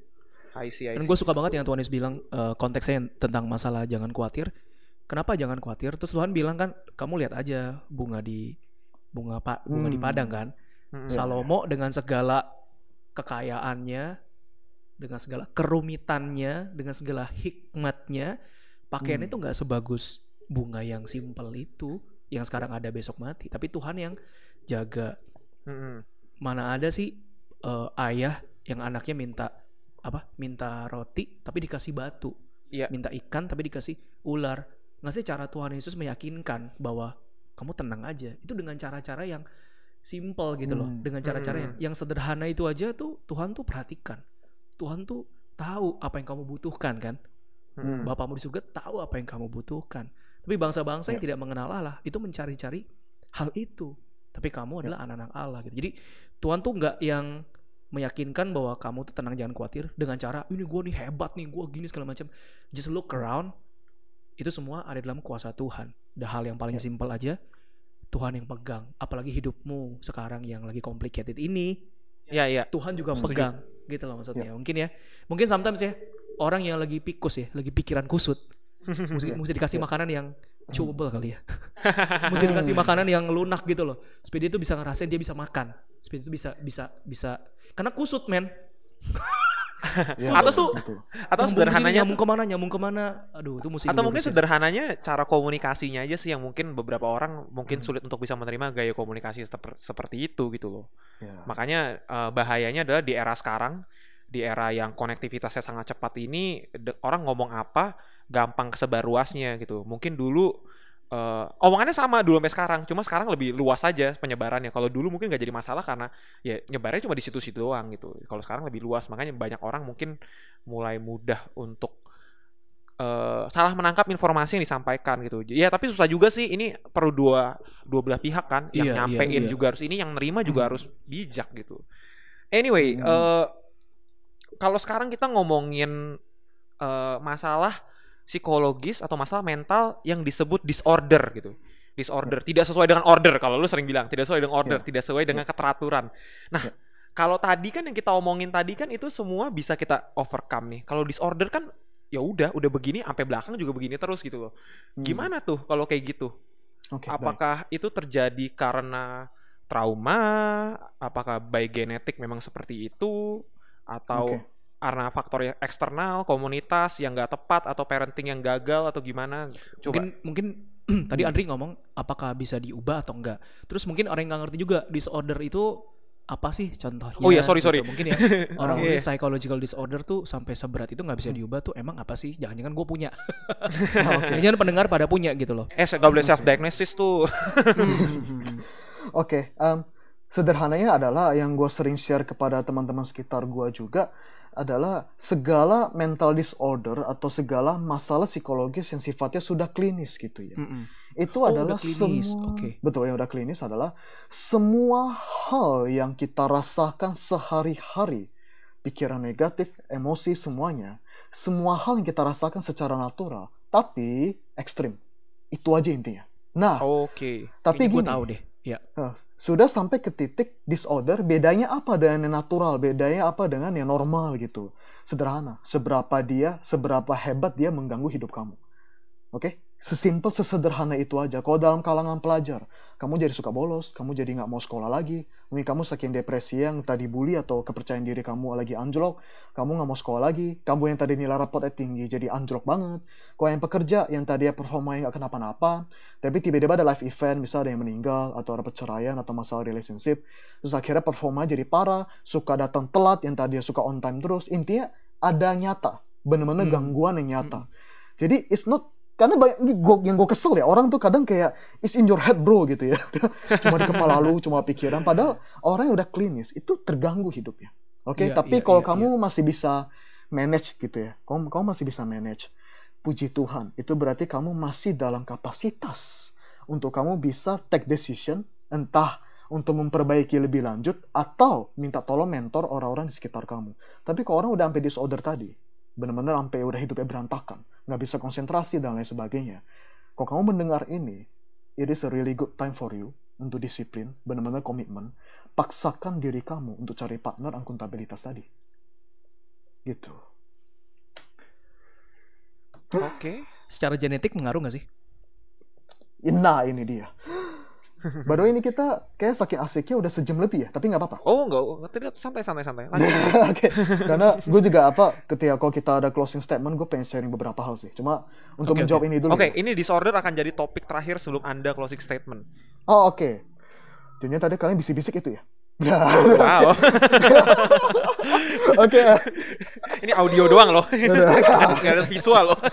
I see. Dan gue suka banget yang Tuhan Yesus bilang konteksnya tentang masalah jangan khawatir. Kenapa jangan khawatir? Terus Tuhan bilang kan, kamu lihat aja bunga di padang kan. Salomo dengan segala kekayaannya, dengan segala kerumitannya, dengan segala hikmatnya, pakaiannya itu nggak sebagus bunga yang simpel itu, yang sekarang ada besok mati. Tapi Tuhan yang jaga. Mana ada sih ayah yang anaknya minta roti tapi dikasih batu, minta ikan tapi dikasih ular. Nggak sih cara Tuhan Yesus meyakinkan bahwa kamu tenang aja. Itu dengan cara-cara yang simple gitu loh, dengan cara-cara yang sederhana itu aja tuh Tuhan tuh perhatikan. Tuhan tuh tahu apa yang kamu butuhkan kan. Bapamu di surga tahu apa yang kamu butuhkan. Tapi bangsa-bangsa yang tidak mengenal Allah itu mencari-cari hal itu. Tapi kamu adalah anak-anak Allah gitu. Jadi Tuhan tuh nggak yang meyakinkan bahwa kamu tuh tenang, jangan khawatir dengan cara ini gue nih hebat nih, gue gini segala macam. Just look around. Itu semua ada dalam kuasa Tuhan. Hal yang paling simpel aja Tuhan yang pegang. Apalagi hidupmu sekarang yang lagi complicated ini. Tuhan juga pegang gitu loh maksudnya. Mungkin sometimes ya orang yang lagi pikus ya, lagi pikiran kusut, mesti dikasih makanan yang chewable kali ya. Mesti dikasih makanan yang lunak gitu loh. Supaya dia tuh bisa ngerasain, dia bisa makan. Supaya dia tuh bisa karena kusut men. Atau sederhananya nyambung kemana. Aduh, itu mesti. Atau mungkin sederhananya cara komunikasinya aja sih yang mungkin beberapa orang mungkin sulit untuk bisa menerima gaya komunikasi seperti itu gitu loh. Makanya bahayanya adalah di era sekarang, di era yang konektivitasnya sangat cepat ini, orang ngomong apa gampang kesebar luasnya gitu. Mungkin dulu omongannya sama dulu sampai sekarang, cuma sekarang lebih luas aja penyebarannya. Kalau dulu mungkin nggak jadi masalah karena ya nyebarnya cuma di situ-situ doang gitu. Kalau sekarang lebih luas, makanya banyak orang mungkin mulai mudah untuk salah menangkap informasi yang disampaikan gitu. Ya tapi susah juga sih, ini perlu dua belah pihak kan, yang nyampein juga harus ini, yang nerima juga harus bijak gitu. Anyway, kalau sekarang kita ngomongin masalah psikologis atau masalah mental yang disebut disorder gitu. Disorder tidak sesuai dengan order, kalau lu sering bilang tidak sesuai dengan order, tidak sesuai dengan keteraturan. Nah, kalau tadi kan yang kita omongin tadi kan itu semua bisa kita overcome nih. Kalau disorder kan ya udah begini sampai belakang juga begini terus gitu loh. Gimana tuh kalau kayak gitu? Apakah itu terjadi karena trauma? Apakah by genetik memang seperti itu? Atau karena faktor eksternal, komunitas yang nggak tepat, atau parenting yang gagal, atau gimana? Coba. Mungkin tadi Andri ngomong apakah bisa diubah atau enggak. Terus mungkin orang yang nggak ngerti juga disorder itu apa sih contohnya. Oh iya, sorry. Gitu. Mungkin ya orang ini psychological disorder tuh sampai seberat itu nggak bisa diubah tuh emang apa sih? Jangan-jangan gue punya. Jangan pendengar pada punya gitu loh. Nggak boleh self diagnosis tuh. Sederhananya adalah yang gue sering share kepada teman-teman sekitar gue juga adalah segala mental disorder atau segala masalah psikologis yang sifatnya sudah klinis gitu ya. Itu adalah semua, betul, yang udah klinis adalah semua hal yang kita rasakan sehari-hari, pikiran negatif, emosi, semuanya, semua hal yang kita rasakan secara natural, tapi ekstrim. Itu aja intinya. Nah, tapi gini, tahu deh. Sudah sampai ke titik disorder, bedanya apa dengan yang natural, bedanya apa dengan yang normal gitu. Sederhana, seberapa hebat dia mengganggu hidup kamu. Sesimpel, sesederhana itu aja. Kalau dalam kalangan pelajar, kamu jadi suka bolos, kamu jadi nggak mau sekolah lagi, mungkin kamu saking depresi yang tadi bully atau kepercayaan diri kamu lagi anjlok, kamu nggak mau sekolah lagi, kamu yang tadi nilai rapotnya tinggi jadi anjlok banget. Kalau yang pekerja, yang tadi performanya nggak kenapa-napa, tapi tiba-tiba ada live event, misalnya ada yang meninggal, atau ada perceraian, atau masalah relationship, terus akhirnya performa jadi parah, suka datang telat, yang tadi suka on time terus, intinya ada nyata, bener-bener gangguan yang nyata. Jadi it's not, karena yang gue kesel ya, orang tuh kadang kayak it's in your head bro gitu ya. Cuma di kepala lu, cuma pikiran. Padahal orang yang udah klinis itu terganggu hidupnya. Tapi kalau kamu masih bisa manage gitu ya, kamu masih bisa manage, puji Tuhan, itu berarti kamu masih dalam kapasitas untuk kamu bisa take decision, entah untuk memperbaiki lebih lanjut atau minta tolong mentor orang-orang di sekitar kamu. Tapi kalau orang udah sampai disorder tadi, benar-benar sampai udah hidupnya berantakan, nggak bisa konsentrasi dan lain sebagainya. Kalau kamu mendengar ini, it is a really good time for you untuk disiplin, benar-benar komitmen, paksakan diri kamu untuk cari partner akuntabilitas tadi. Gitu. Secara genetik mengaruh nggak sih? Nah, ini dia. By the way, ini kita kayak saking asiknya udah sejam lebih ya, tapi nggak apa-apa. Oh enggak, tidak, santai. Lanjut. Oke, karena gue juga ketika kalau kita ada closing statement, gue pengen sharing beberapa hal sih. Cuma untuk Oke, menjawab ini dulu. Oke, ini disorder akan jadi topik terakhir sebelum Anda closing statement. Oh oke. Jadinya tadi kalian bisik-bisik itu ya? Wow. Oke. Ini audio doang loh. Nggak ada visual loh.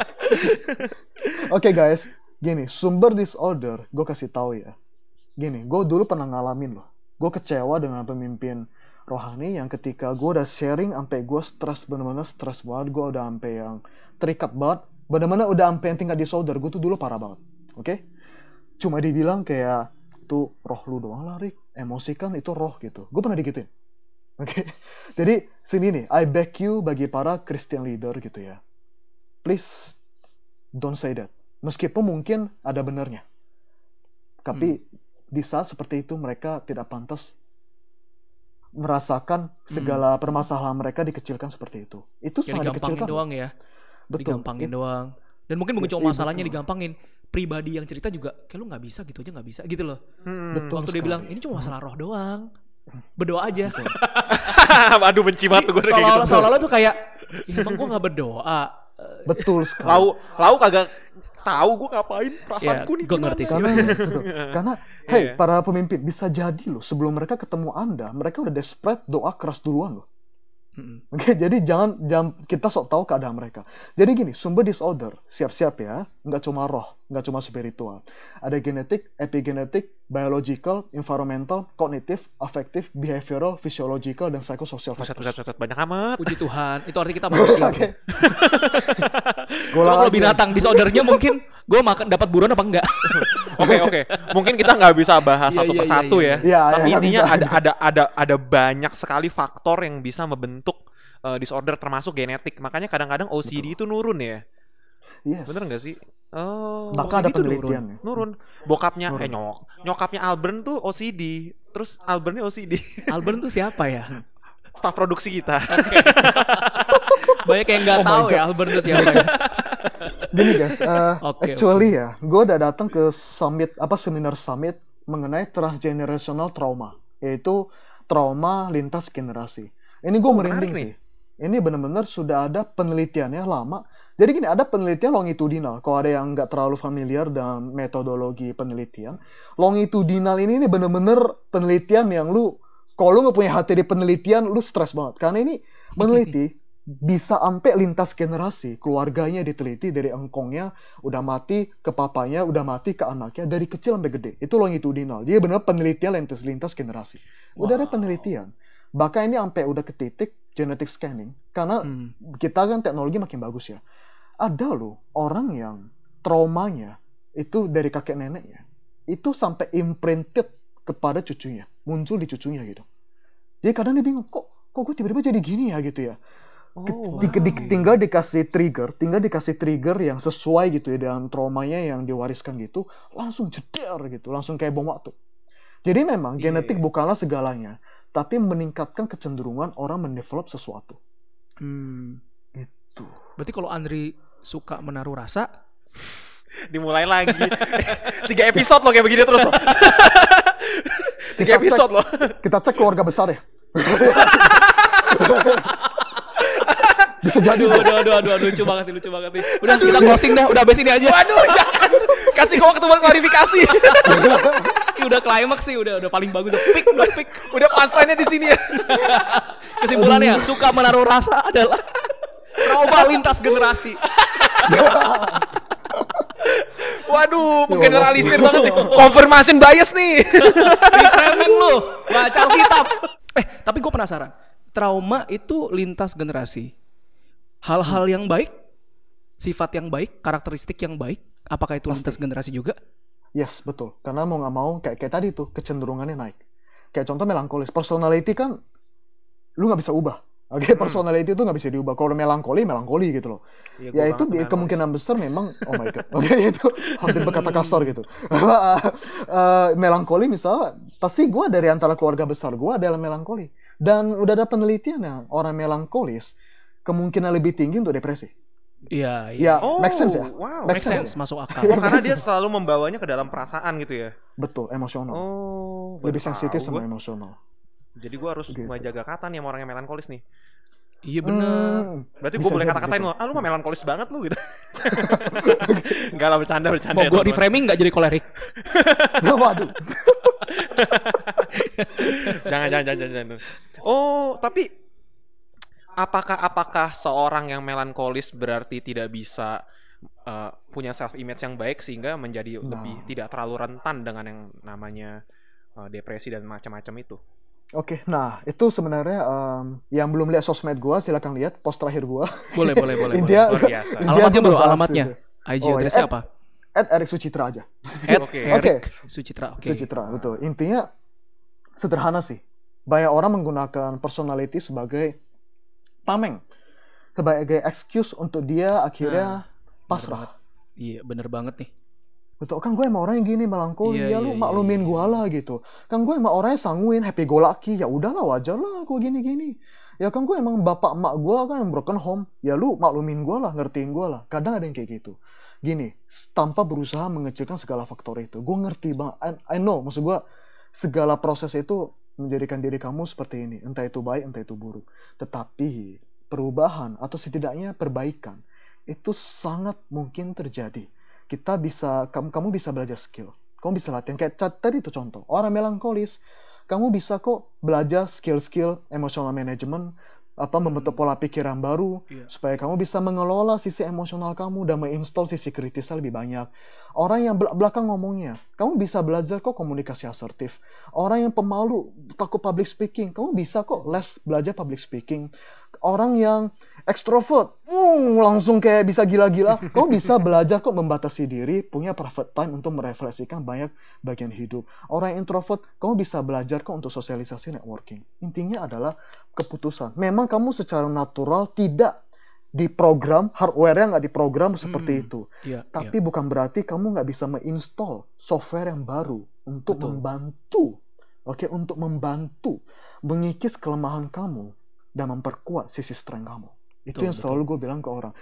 Oke guys, gini, sumber disorder, gue kasih tahu ya. Gini, gue dulu pernah ngalamin loh. Gue kecewa dengan pemimpin rohani yang ketika gue udah sharing sampai gue stres, bener-bener stres banget. Gue udah sampai yang terikat banget. Bener-bener udah sampai yang tingkat disorder. Gue tuh dulu parah banget. Oke? Cuma dibilang kayak, itu roh lu doang lah, Rick. Emosi kan itu roh gitu. Gue pernah digituin. Oke? Jadi, sini nih, I beg you bagi para Christian leader gitu ya. Please, don't say that. Meskipun mungkin ada benernya. Tapi di saat seperti itu mereka tidak pantas merasakan segala permasalahan mereka dikecilkan seperti itu. Itu Kayak sangat dikecilkan. digampangin doang ya. Betul. Digampangin doang. Dan mungkin bukan cuma masalahnya betul. digampangin. Pribadi yang cerita juga, kayak lu nggak bisa gitu aja nggak bisa gitu loh. Betul Waktu dia sekali. bilang, ini cuma masalah roh doang. Berdoa aja. Aduh, benci banget tuh gue kayak gitu. Seolah-olah tuh kayak, ya emang gue nggak berdoa. Betul sekali. Lau kagak tahu gue ngapain, perasaanku nih gue gimana. ngerti sih. Karena hey, Iya. para pemimpin bisa jadi loh sebelum mereka ketemu Anda, mereka udah desperate doa keras duluan loh. Oke, jadi jangan kita sok tahu keadaan mereka. Jadi gini, sumber disorder, siap-siap ya, nggak cuma roh, nggak cuma spiritual. Ada genetik, epigenetik, biological, environmental, kognitif, affective, behavioral, physiological, dan psychosocial Buset, factors. banyak amat. Puji Tuhan, itu arti kita manusia. Oke. Kalau kalau binatang disordernya mungkin gue makan dapat buruan apa enggak? Oke. Mungkin kita nggak bisa bahas Iya, satu iya, persatu iya, ya. iya. Tapi Iya, intinya bisa. ada banyak sekali faktor yang bisa membentuk disorder termasuk genetik. Makanya kadang-kadang OCD itu nurun ya. Yes. Bener nggak sih? Oh, Bahkan ada OCD tuh penelitian. ya. nurun. Bokapnya Nurun. nyokapnya Albern tuh OCD. Terus Albernnya OCD. Albert tuh siapa ya? Staf produksi kita. Banyak yang nggak Oh my tahu God. ya Albert tuh siapa ya. Gini guys, Oke, actually ya, gue udah datang ke seminar summit mengenai transgenerational trauma, yaitu trauma lintas generasi. Ini gue merinding menarik sih. Ini benar-benar sudah ada penelitiannya lama. Jadi gini, ada penelitian longitudinal. Kalau ada yang nggak terlalu familiar dengan metodologi penelitian, longitudinal ini benar-benar penelitian yang kalau lu nggak punya hati di penelitian, lu stres banget. Karena ini meneliti bisa sampai lintas generasi, keluarganya diteliti dari engkongnya udah mati ke papanya, udah mati ke anaknya dari kecil sampai gede. Itu longitudinal. Dia benar penelitian lintas generasi. Udah ada penelitian. Bahkan ini sampai udah ke titik genetic scanning. Karena kita kan teknologi makin bagus ya. Ada loh orang yang traumanya itu dari kakek neneknya. Itu sampai imprinted kepada cucunya, muncul di cucunya gitu. Jadi kadang dia bingung, kok gue tiba-tiba jadi gini ya gitu ya. Tinggal dikasih trigger yang sesuai gitu ya dengan traumanya yang diwariskan gitu, langsung jeder gitu, langsung kayak bom waktu. Jadi memang genetik bukanlah segalanya, tapi meningkatkan kecenderungan orang mendevelop sesuatu. Itu. Berarti kalau Andri suka menaruh rasa, Dimulai lagi. 3 episode loh kayak begini terus loh. 3 episode loh. Kita cek keluarga besar ya. Bisa jadi. aduh, lucu banget nih. Udah kita closing dah, udah abis ini aja. Waduh, jangan. Kasih gua waktu buat klarifikasi. Ini udah klimaks sih, udah paling bagus, udah peak. Udah punchline-nya di sini ya. Kesimpulannya, suka menaruh rasa adalah trauma lintas generasi. Waduh, menggeneralisir banget nih. Confirmation bias nih. Reframing lu, baca Alkitab. Tapi gue penasaran. Trauma itu lintas generasi. Hal-hal yang baik, sifat yang baik, karakteristik yang baik, apakah itu lintas generasi juga? Yes, betul. Karena mau nggak mau kayak tadi tuh kecenderungannya naik. Kayak contoh melankolis. Personality kan lu nggak bisa ubah. Oke, personality itu nggak bisa diubah. Kalau melankoli gitu loh. Ya itu kemungkinan besar memang, oh my god. Oke, itu hampir berkata kasar gitu. Melankoli misalnya, pasti gue dari antara keluarga besar gue adalah melankoli. Dan udah ada penelitian yang orang melankolis kemungkinan lebih tinggi untuk depresi. Iya, Ya, Oh, make sense ya. wow. Make sense sense, ya? masuk akal. Oh, karena dia selalu membawanya ke dalam perasaan gitu ya. Betul, emosional. Oh, Lebih baru sensitif tahu sama gua. emosional. Jadi gue harus Gitu. menjaga kata nih sama orang yang melankolis nih. Iya bener. Berarti gue Bisa boleh jadi, kata-katain bisa. lo, lu mah melankolis banget lu gitu. Enggak lah, bercanda Mau ya, gue teman-teman. reframing nggak jadi kolerik? Waduh. Jangan. Oh, tapi apakah seorang yang melankolis berarti tidak bisa punya self image yang baik sehingga menjadi lebih tidak terlalu rentan dengan yang namanya depresi dan macam-macam itu? Oke, nah itu sebenarnya yang belum lihat sosmed gua silakan lihat post terakhir gua. Boleh. Intinya, Luar biasa. intinya Alamatnya gua bro, ngebahas alamatnya. gitu. IG Oh, address-nya ya, apa? Erik Sucitra aja. Oke. Erik Sucitra. Oke. Sucitra, betul. Intinya sederhana sih. Banyak orang menggunakan personality sebagai tameng, sebagai excuse untuk dia akhirnya pasrah. Iya, bener banget nih. Betul, kan gue emang orang yang gini melankoli, Iya, ya lu iya, maklumin iya, gue lah gitu. Kan gue emang orangnya sanguin, happy go lucky, ya udahlah wajar lah gue gini-gini. Ya kan gue emang bapak emak gue kan yang broken home, ya lu maklumin gue lah, ngertiin gue lah. Kadang ada yang kayak gitu. Gini, tanpa berusaha mengecilkan segala faktor itu. Gue ngerti banget, I know, maksud gue segala proses itu menjadikan diri kamu seperti ini. Entah itu baik, entah itu buruk. Tetapi perubahan atau setidaknya perbaikan itu sangat mungkin terjadi. Kita bisa, kamu bisa belajar skill. Kamu bisa latihan. Kayak tadi itu contoh. Orang melankolis, kamu bisa kok belajar skill-skill emotional management, membentuk pola pikiran baru, Iya. supaya kamu bisa mengelola sisi emosional kamu dan menginstall sisi kritisnya lebih banyak. Orang yang belakang ngomongnya, kamu bisa belajar kok komunikasi asertif. Orang yang pemalu, takut public speaking, kamu bisa kok belajar public speaking. Orang yang ekstrovert, langsung kayak bisa gila-gila, kamu bisa belajar kok membatasi diri, punya private time untuk merefleksikan banyak bagian hidup. Orang yang introvert, kamu bisa belajar kok untuk sosialisasi networking. Intinya adalah keputusan. Memang kamu secara natural tidak diprogram, hardware-nya nggak diprogram seperti itu. Iya, Tapi bukan berarti kamu nggak bisa menginstall software yang baru untuk Betul. membantu, untuk membantu mengikis kelemahan kamu dan memperkuat sisi strength kamu. Itu Betul, yang selalu gue bilang ke orang.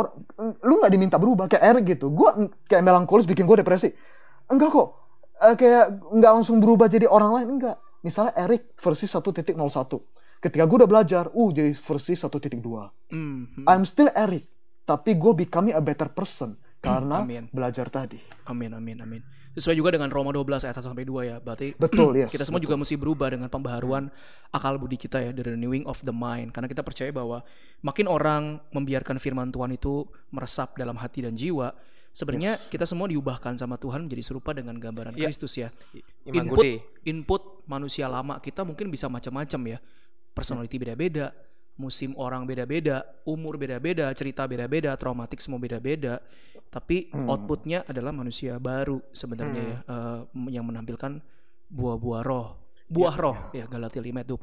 Lu nggak diminta berubah kayak Erik gitu. Gue kayak melankolis bikin gue depresi. Enggak kok. Kayak nggak langsung berubah jadi orang lain, enggak. Misalnya Erik versi 1.01. Ketika gue udah belajar, jadi versi 1.2. I'm still Erik, tapi gue becoming a better person karena Amin. belajar tadi. Amin. Sesuai juga dengan Roma 12 ayat 1-2 ya. Berarti Betul, yes. kita semua betul. juga mesti berubah dengan pembaharuan akal budi kita ya, the renewing of the mind. Karena kita percaya bahwa makin orang membiarkan firman Tuhan itu meresap dalam hati dan jiwa, sebenarnya kita semua diubahkan sama Tuhan menjadi serupa dengan gambaran Kristus ya. Iman Budi. Input manusia lama kita mungkin bisa macam-macam ya. Personality beda-beda, musim orang beda-beda, umur beda-beda, cerita beda-beda, traumatik semua beda-beda. Tapi outputnya adalah manusia baru sebenarnya ya, yang menampilkan buah-buah roh. Roh ya, Galatia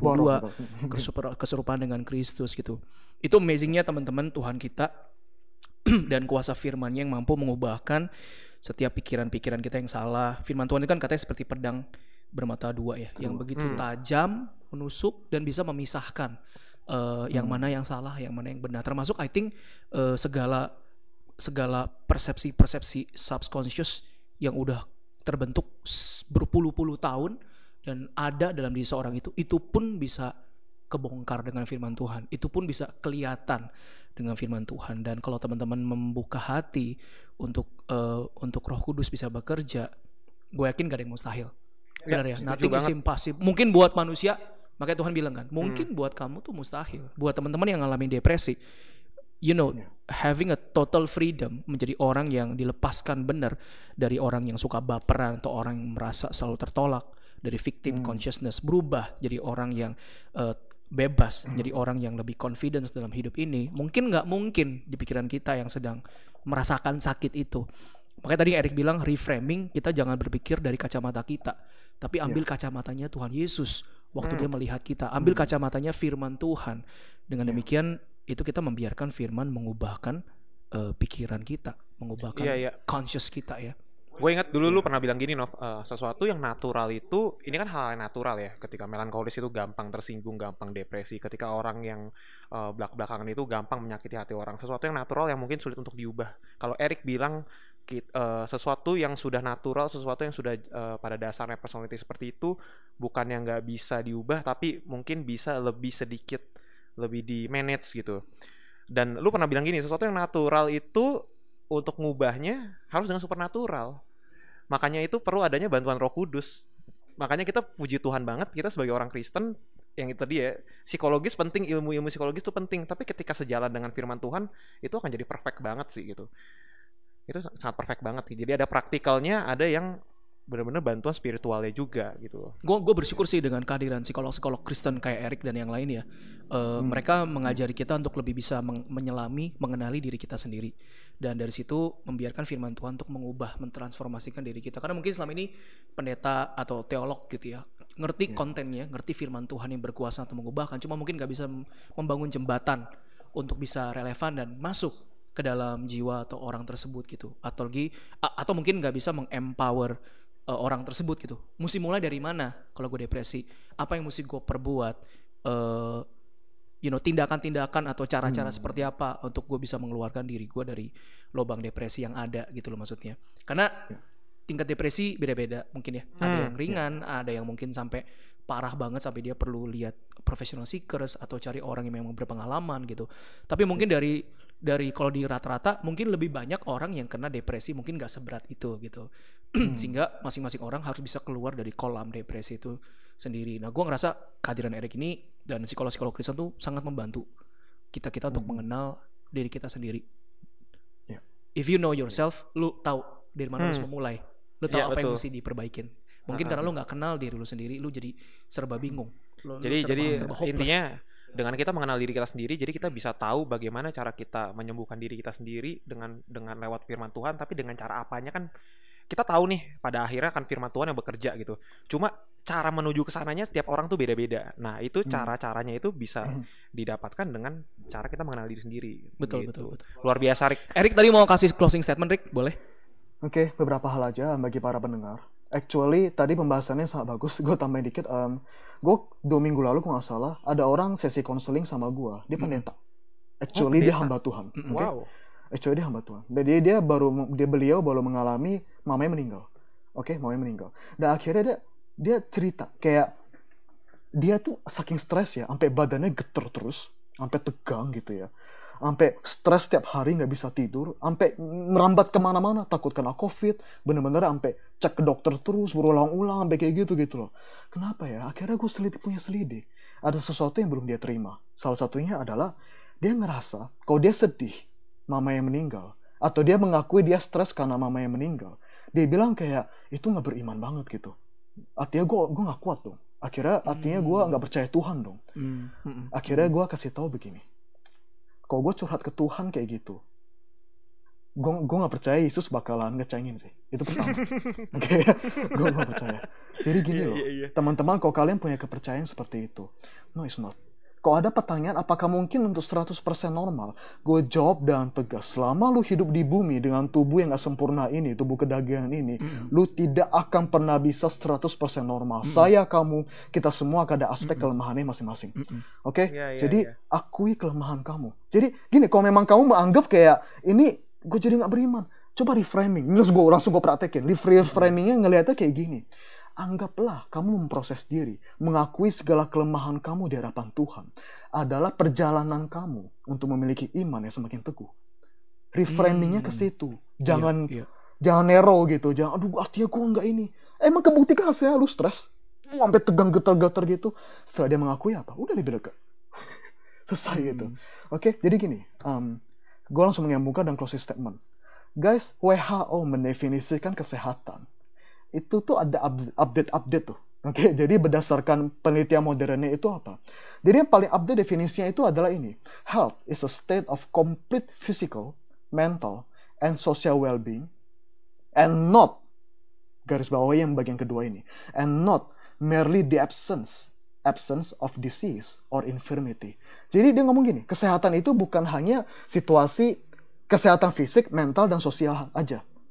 5:22, keserupaan dengan Kristus gitu. Itu amazingnya teman-teman, Tuhan kita dan kuasa firman-Nya yang mampu mengubahkan setiap pikiran-pikiran kita yang salah. Firman Tuhan itu kan katanya seperti pedang bermata dua ya, yang begitu tajam, menusuk dan bisa memisahkan yang mana yang salah, yang mana yang benar. Termasuk I think segala persepsi subconscious yang udah terbentuk berpuluh-puluh tahun dan ada dalam diri seorang itu pun bisa kebongkar dengan firman Tuhan. Itu pun bisa kelihatan dengan firman Tuhan. Dan kalau teman-teman membuka hati untuk Roh Kudus bisa bekerja, gue yakin gak ada yang mustahil. Benar ya, nothing is impossible. Mungkin buat manusia, makanya Tuhan bilang kan, mungkin buat kamu tuh mustahil. Buat teman-teman yang ngalamin depresi, having a total freedom, menjadi orang yang dilepaskan benar dari orang yang suka baperan atau orang yang merasa selalu tertolak, dari victim consciousness, berubah jadi orang yang bebas, jadi orang yang lebih confidence dalam hidup ini. Mungkin nggak mungkin di pikiran kita yang sedang merasakan sakit itu. Makanya tadi Erik bilang reframing, kita jangan berpikir dari kacamata kita, tapi ambil kacamatanya Tuhan Yesus waktu dia melihat kita. Ambil kacamatanya firman Tuhan. Dengan demikian itu kita membiarkan firman mengubahkan pikiran kita, mengubahkan conscious kita ya. Gue ingat dulu lu pernah bilang gini, Nov, sesuatu yang natural itu, ini kan hal yang natural ya. Ketika melankolis itu gampang tersinggung, gampang depresi. Ketika orang yang belak-belakangan itu gampang menyakiti hati orang. Sesuatu yang natural yang mungkin sulit untuk diubah. Kalau Eric bilang sesuatu yang sudah natural, sesuatu yang sudah pada dasarnya personality seperti itu, bukan yang nggak bisa diubah, tapi mungkin bisa lebih sedikit, lebih di manage gitu. Dan lu pernah bilang gini, sesuatu yang natural itu untuk ngubahnya harus dengan supernatural. Makanya itu perlu adanya bantuan Roh Kudus. Makanya kita puji Tuhan banget, kita sebagai orang Kristen, yang itu tadi ya, psikologis penting, ilmu-ilmu psikologis itu penting, tapi ketika sejalan dengan firman Tuhan, itu akan jadi perfect banget sih gitu. Itu sangat perfect banget. Jadi ada praktikalnya, ada yang benar-benar bantuan spiritualnya juga gitu. Gue bersyukur sih dengan kehadiran psikolog-psikolog Kristen kayak Eric dan yang lain ya. Mereka mengajari kita untuk lebih bisa menyelami, mengenali diri kita sendiri. Dan dari situ membiarkan firman Tuhan untuk mengubah, mentransformasikan diri kita. Karena mungkin selama ini pendeta atau teolog gitu ya, ngerti kontennya, ngerti firman Tuhan yang berkuasa untuk mengubahkan. Cuma mungkin gak bisa membangun jembatan untuk bisa relevan dan masuk ke dalam jiwa atau orang tersebut gitu. Atau mungkin gak bisa mengempower orang tersebut gitu. Mesti mulai dari mana kalau gue depresi? Apa yang mesti gue perbuat? Tindakan-tindakan atau cara-cara seperti apa untuk gue bisa mengeluarkan diri gue dari lubang depresi yang ada gitu loh maksudnya. Karena tingkat depresi beda-beda mungkin ya. Ada yang ringan, ada yang mungkin sampai parah banget sampai dia perlu lihat professional seekers atau cari orang yang memang berpengalaman gitu. Tapi mungkin dari kalau di rata-rata mungkin lebih banyak orang yang kena depresi mungkin gak seberat itu gitu. Sehingga masing-masing orang harus bisa keluar dari kolam depresi itu sendiri. Nah gue ngerasa kehadiran Eric ini dan psikolog-psikolog Kristen tuh sangat membantu kita untuk mengenal diri kita sendiri. If you know yourself, lu tahu dari mana harus memulai. Lu tahu apa yang mesti diperbaikin. Mungkin karena lu gak kenal diri lu sendiri, lu jadi serba bingung. Jadi intinya dengan kita mengenal diri kita sendiri, jadi kita bisa tahu bagaimana cara kita menyembuhkan diri kita sendiri dengan lewat firman Tuhan. Tapi dengan cara apanya kan kita tahu nih pada akhirnya kan firman Tuhan yang bekerja gitu. Cuma cara menuju ke sananya setiap orang tuh beda-beda. Nah itu cara-caranya itu bisa didapatkan dengan cara kita mengenal diri sendiri. Betul. Luar biasa, Rick. Eric tadi mau kasih closing statement, Rick, boleh? Oke, beberapa hal aja bagi para pendengar. Actually tadi pembahasannya sangat bagus. Gue tambahin dikit. Gue 2 minggu lalu kalau nggak salah ada orang sesi konseling sama gue. Dia pendeta. Actually dia hamba Tuhan. Okay? Wow. Actually dia hamba Tuhan. Dan beliau baru mengalami mamanya meninggal. Oke, mamanya meninggal. Dan akhirnya dia cerita kayak dia tuh saking stres ya, sampai badannya getar terus, sampai tegang gitu ya. Sampai stres setiap hari nggak bisa tidur, sampai merambat kemana-mana, takut kena COVID, bener-bener sampai cek ke dokter terus, berulang-ulang, sampai kayak gitu loh. Kenapa ya? Akhirnya gue punya selidik. Ada sesuatu yang belum dia terima. Salah satunya adalah dia ngerasa kalau dia sedih, mama yang meninggal, atau dia mengakui dia stres karena mama yang meninggal, dia bilang kayak itu nggak beriman banget gitu. Artinya gue nggak kuat dong. Artinya gue nggak percaya Tuhan dong. Akhirnya gue kasih tahu begini. Kalau gue curhat ke Tuhan kayak gitu, gue nggak percaya Yesus bakalan ngecengin sih. Itu pertama. Gue nggak percaya. Jadi gini loh, teman-teman, kalau kalian punya kepercayaan seperti itu, no it's not. Kalau ada pertanyaan, apakah mungkin untuk 100% normal? Gue jawab dengan tegas. Selama lu hidup di bumi dengan tubuh yang gak sempurna ini, tubuh kedagingan ini, lu tidak akan pernah bisa 100% normal. Saya, kamu, kita semua akan ada aspek kelemahannya masing-masing. Oke? Jadi, akui kelemahan kamu. Jadi, gini, kalau memang kamu menganggap kayak, ini gue jadi gak beriman. Coba reframing. Ini langsung gue praktekin. Reframingnya ngeliatnya kayak gini. Anggaplah kamu memproses diri, mengakui segala kelemahan kamu di hadapan Tuhan adalah perjalanan kamu untuk memiliki iman yang semakin teguh. Reframingnya ke situ. Jangan narrow gitu. Jangan, aduh artinya gue enggak ini. Emang kebuktikan hasilnya lu stres. Sampai tegang getar-getar gitu. Setelah dia mengakui apa? Udah lebih lega. Selesai gitu. Oke, jadi gini. Gue langsung menyambungkan dan closing statement. Guys, WHO mendefinisikan kesehatan. Itu tuh ada update tuh. Oke, jadi berdasarkan penelitian modernnya itu apa? Jadi yang paling update definisinya itu adalah ini. Health is a state of complete physical, mental, and social well-being, and not, garis bawahi yang bagian kedua ini, and not merely the absence of disease or infirmity. Jadi dia ngomong gini, kesehatan itu bukan hanya situasi kesehatan fisik, mental, dan sosial aja.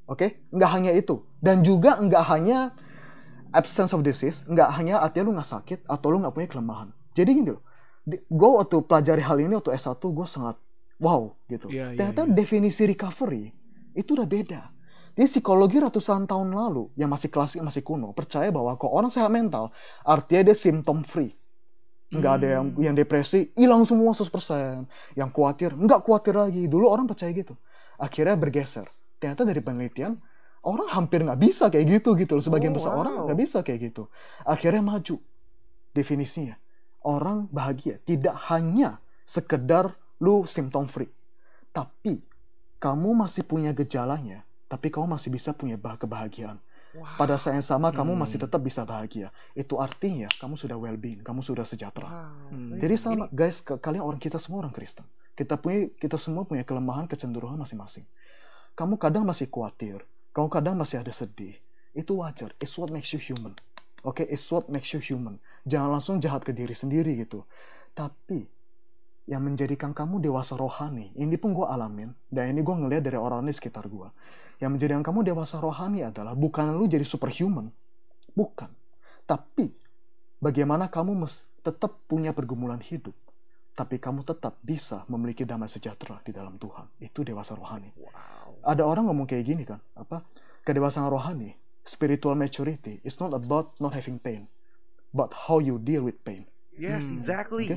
Oke, nggak hanya itu. Dan juga nggak hanya absence of disease, nggak hanya artinya lu nggak sakit atau lu nggak punya kelemahan. Jadi gini loh, gue waktu pelajari hal ini waktu S1 gue sangat wow gitu. Iya, iya, Ternyata iya. definisi recovery itu udah beda. Jadi psikologi ratusan tahun lalu yang masih klasik, masih kuno, percaya bahwa kalau orang sehat mental, artinya dia symptom free. Nggak ada yang depresi, hilang semua 100%. Yang khawatir, nggak khawatir lagi. Dulu orang percaya gitu. Akhirnya bergeser. Ternyata dari penelitian, orang hampir nggak bisa kayak gitu loh. Sebagian besar orang nggak bisa kayak gitu. Akhirnya maju definisinya. Orang bahagia tidak hanya sekedar lu symptom free. Tapi kamu masih punya gejalanya, tapi kamu masih bisa punya kebahagiaan. Pada saat yang sama kamu masih tetap bisa bahagia. Itu artinya kamu sudah well-being, kamu sudah sejahtera. Jadi sama guys, kalian kita semua orang Kristen. Kita semua punya kelemahan, kecenderungan masing-masing. Kamu kadang masih khawatir, kamu kadang masih ada sedih. Itu wajar. It's what makes you human. Oke, it's what makes you human. Jangan langsung jahat ke diri sendiri gitu. Tapi yang menjadikan kamu dewasa rohani, ini pun gue alamin, dan ini gue ngeliat dari orang di sekitar gue. Yang menjadikan kamu dewasa rohani adalah bukan lu jadi superhuman, bukan. Tapi bagaimana kamu tetap punya pergumulan hidup, tapi kamu tetap bisa memiliki damai sejahtera di dalam Tuhan. Itu dewasa rohani. Ada orang ngomong kayak gini kan, kedewasaan rohani, spiritual maturity, is not about not having pain, but how you deal with pain. Yes, exactly.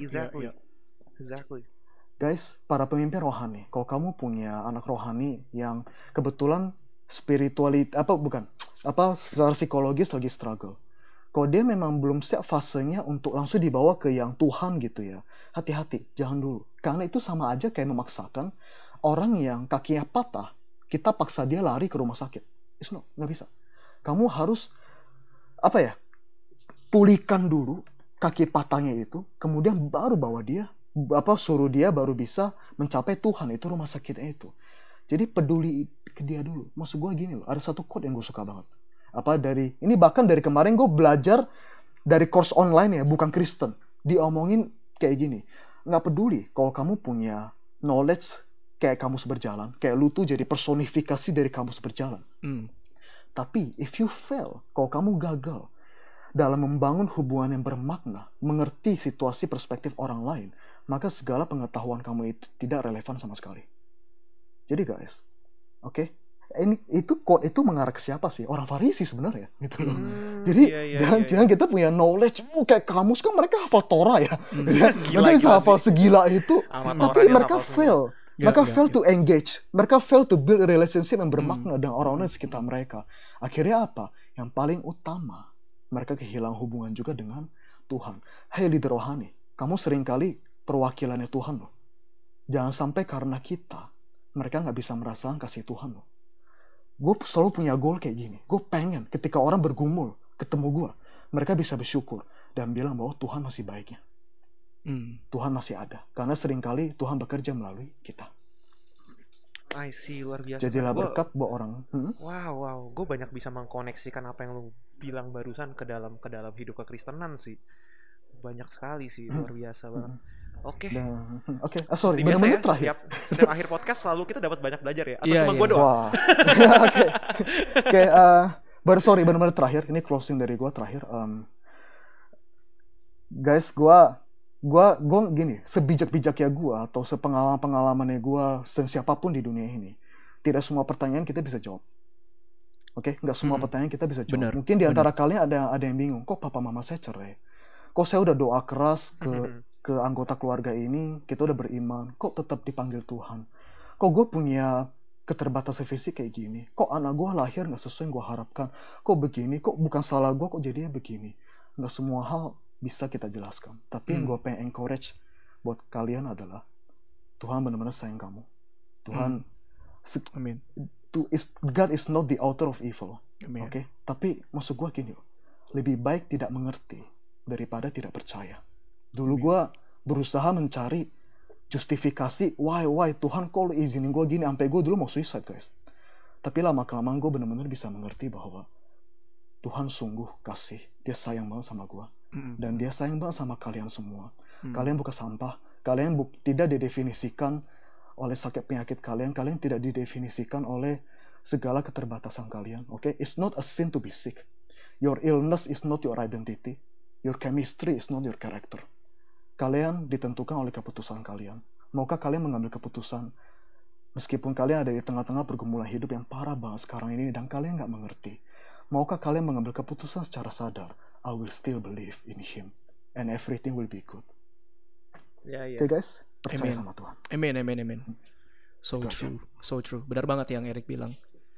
Guys, para pemimpin rohani, kalau kamu punya anak rohani yang kebetulan secara psikologis lagi struggle. Kalau dia memang belum siap fasenya untuk langsung dibawa ke yang Tuhan gitu ya, hati-hati, jangan dulu. Karena itu sama aja kayak memaksakan orang yang kakinya patah, kita paksa dia lari ke rumah sakit. Nggak bisa. Kamu harus pulihkan dulu kaki patahnya itu, kemudian baru bawa dia, suruh dia baru bisa mencapai Tuhan, itu rumah sakitnya itu. Jadi peduli ke dia dulu. Maksud gue gini loh, ada satu quote yang gue suka banget. Ini bahkan dari kemarin gue belajar dari course online ya, bukan Kristen. Diomongin kayak gini, nggak peduli kalau kamu punya knowledge kayak kamus berjalan, kayak lu tuh jadi personifikasi dari kamus berjalan. Tapi if you fail, kalau kamu gagal dalam membangun hubungan yang bermakna, mengerti situasi perspektif orang lain, maka segala pengetahuan kamu itu tidak relevan sama sekali. Jadi guys, oke, itu quote itu mengarah ke siapa sih? Orang Farisi sebenarnya, gitu loh. Jadi jangan kita punya knowledge, kayak kamus kan mereka hafal Torah ya, mereka bisa hafal segila itu, tapi mereka fail. Mereka fail to engage, mereka fail to build a relationship yang bermakna dengan orang-orang di sekitar mereka. Akhirnya apa? Yang paling utama, mereka kehilangan hubungan juga dengan Tuhan. Hai leader rohani, kamu seringkali perwakilannya Tuhan loh. Jangan sampai karena kita, mereka nggak bisa merasakan kasih Tuhan loh. Gue selalu punya goal kayak gini. Gue pengen ketika orang bergumul, ketemu gue, mereka bisa bersyukur dan bilang bahwa Tuhan masih baiknya. Tuhan masih ada. Karena seringkali Tuhan bekerja melalui kita. I see, luar biasa. Jadilah berkat buat orang. Wow. Gue banyak bisa mengkoneksikan apa yang lu bilang barusan ke dalam hidup kekristenan sih. Banyak sekali sih, luar biasa banget. Oke. Sorry, benar-benar terakhir. Setiap akhir podcast selalu kita dapat banyak belajar ya. Atau cuma gue doang? Wah. Oke. Sorry, benar-benar terakhir. Ini closing dari gue terakhir. Guys, gue gini, sebijak-bijaknya gue atau sepengalaman-pengalamannya gue dan siapapun di dunia ini, tidak semua pertanyaan kita bisa jawab. Oke, nggak semua pertanyaan kita bisa jawab. Mungkin di antara kalian ada yang bingung, kok papa mama saya cerai? Kok saya udah doa keras ke anggota keluarga ini, kita udah beriman, kok tetap dipanggil Tuhan? Kok gue punya keterbatasan fisik kayak gini? Kok anak gue lahir nggak sesuai yang gue harapkan? Kok begini? Kok bukan salah gue, kok jadinya begini? Nggak semua hal bisa kita jelaskan. Tapi yang gue pengen encourage buat kalian adalah Tuhan benar-benar sayang kamu. Tuhan, Amin. God is not the author of evil. Amin. Oke? Tapi maksud gue gini loh, lebih baik tidak mengerti daripada tidak percaya. Dulu gue berusaha mencari justifikasi, why Tuhan kok lu izinin gue gini, sampai gue dulu mau suicide guys. Tapi lama-kelamaan gue benar-benar bisa mengerti bahwa Tuhan sungguh kasih, dia sayang banget sama gue. Dan dia sayang banget sama kalian semua. Kalian bukan sampah. Kalian tidak didefinisikan oleh sakit penyakit kalian. Kalian tidak didefinisikan oleh segala keterbatasan kalian. Oke, it's not a sin to be sick. Your illness is not your identity. Your chemistry is not your character. Kalian ditentukan oleh keputusan kalian. Maukah kalian mengambil keputusan meskipun kalian ada di tengah-tengah pergumulan hidup yang parah banget sekarang ini dan kalian nggak mengerti? Maukah kalian mengambil keputusan secara sadar? I will still believe in Him and everything will be good. Oke guys, percaya sama Tuhan. Amen. So true. Benar banget yang Erik bilang.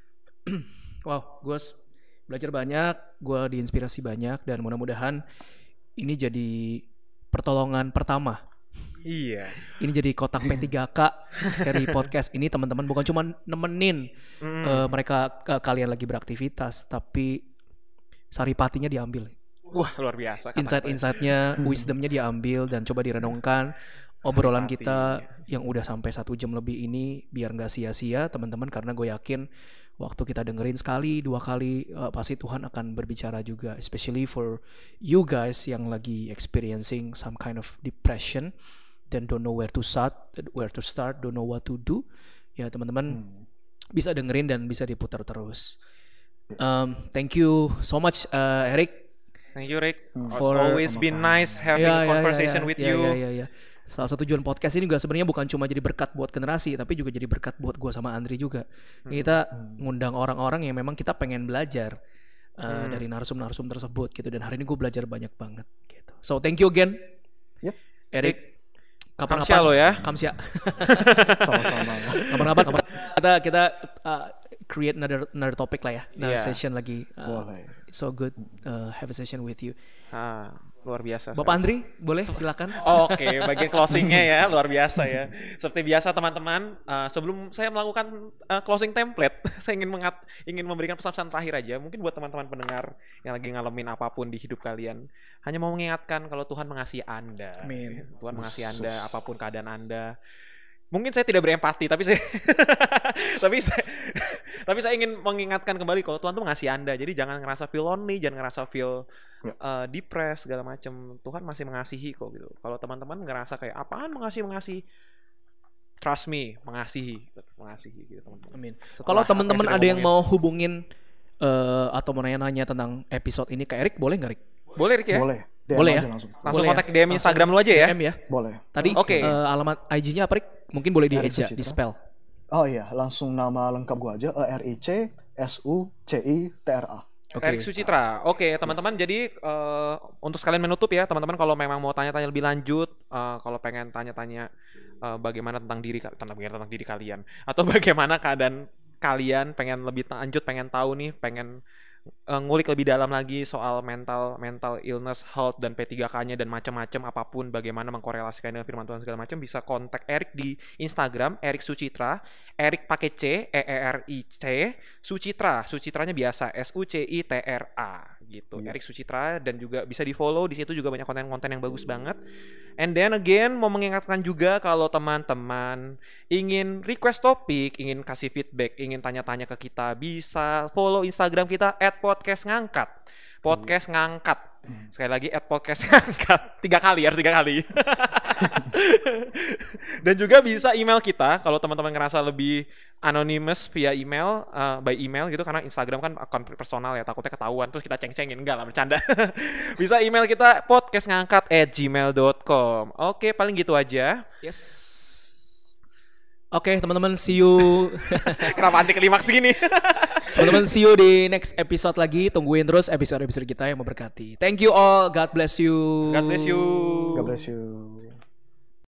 Wow, gue belajar banyak, gue diinspirasi banyak, dan mudah-mudahan ini jadi pertolongan pertama. Iya. Ini jadi kotak P3K seri podcast ini, teman-teman, bukan cuma nemenin mereka kalian lagi beraktivitas, tapi saripatinya diambil. Wah, luar biasa. Insight-insightnya, wisdomnya diambil dan coba direnungkan. Obrolan kita yang udah sampai 1 jam lebih ini biar gak sia-sia teman-teman, karena gue yakin waktu kita dengerin sekali, 2 kali pasti Tuhan akan berbicara juga, especially for you guys yang lagi experiencing some kind of depression dan don't know where to start, don't know what to do. Ya teman-teman bisa dengerin dan bisa diputar terus. Thank you so much Erik. Thank you Rick. For always been nice having a conversation with you. Yeah. Salah satu tujuan podcast ini juga sebenarnya bukan cuma jadi berkat buat generasi, tapi juga jadi berkat buat gue sama Andri juga. Kita ngundang orang-orang yang memang kita pengen belajar dari narsum-narsum tersebut gitu. Dan hari ini gue belajar banyak banget gitu. So thank you again. Yep. Erik. Kamsia lo ya. Kamsia. Sama-sama. Kapan-kapan kita create another topic lah ya. Another session lagi. Boleh. So good have a session with you. Luar biasa. Bapak Andri, boleh silakan. Oke, bagian closingnya ya, luar biasa ya. Seperti biasa teman-teman, sebelum saya melakukan closing template, saya ingin memberikan pesan-pesan terakhir aja. Mungkin buat teman-teman pendengar yang lagi ngalamin apapun di hidup kalian, hanya mau mengingatkan kalau Tuhan mengasihi Anda. Amin. Tuhan mengasihi Anda apapun keadaan Anda. Mungkin saya tidak berempati, tapi saya ingin mengingatkan kembali kalau Tuhan tuh mengasihi Anda. Jadi jangan ngerasa feel lonely, jangan ngerasa feel depressed segala macam. Tuhan masih mengasihi kok gitu. Kalau teman-teman ngerasa kayak apaan mengasihi, trust me, mengasihi gitu teman-teman. Amin. Kalau teman-teman ada yang mau hubungin atau mau nanya-nanya tentang episode ini ke Erik, boleh nggak Erik? Boleh Rick ya? Boleh. DM boleh aja ya? langsung. Langsung kontak DM Instagram lu aja ya? DM ya? Boleh. Tadi alamat IG-nya apa Rick? Mungkin boleh Erik di spell. Oh iya, langsung nama lengkap gua aja, RICSUCITRA. Erik Sucitra. Oke, teman-teman, jadi untuk sekalian menutup ya, teman-teman kalau memang mau tanya-tanya lebih lanjut, kalau pengen tanya-tanya bagaimana tentang diri kalian atau bagaimana keadaan kalian, pengen lebih lanjut, pengen tahu nih, pengen ngulik lebih dalam lagi soal mental illness, health, dan P3K-nya dan macam-macam apapun, bagaimana mengkorelasikan dengan firman Tuhan segala macam, bisa kontak Erik di Instagram, Erik Sucitra, Erik pakai C, ERIC, Sucitranya biasa, SUCITRA gitu. Erik Sucitra, dan juga bisa di-follow, di situ juga banyak konten-konten yang bagus banget. And then again, mau mengingatkan juga kalau teman-teman ingin request topik, ingin kasih feedback, ingin tanya-tanya ke kita, bisa follow Instagram kita @podcastngangkat. Podcast ngangkat. Sekali lagi @podcastngangkat. 3 kali. Dan juga bisa email kita kalau teman-teman ngerasa lebih anonymous via email, by email gitu, karena Instagram kan akun personal ya, takutnya ketahuan terus kita ceng-cengin. Enggak lah, bercanda. Bisa email kita podcastngangkat@gmail.com. Oke, paling gitu aja. Yes. Oke, teman-teman, see you. Kenapa anti klimaks gini? Teman-teman, see you di next episode lagi. Tungguin terus episode-episode kita yang memberkati. Thank you all. God bless you. God bless you. God bless you.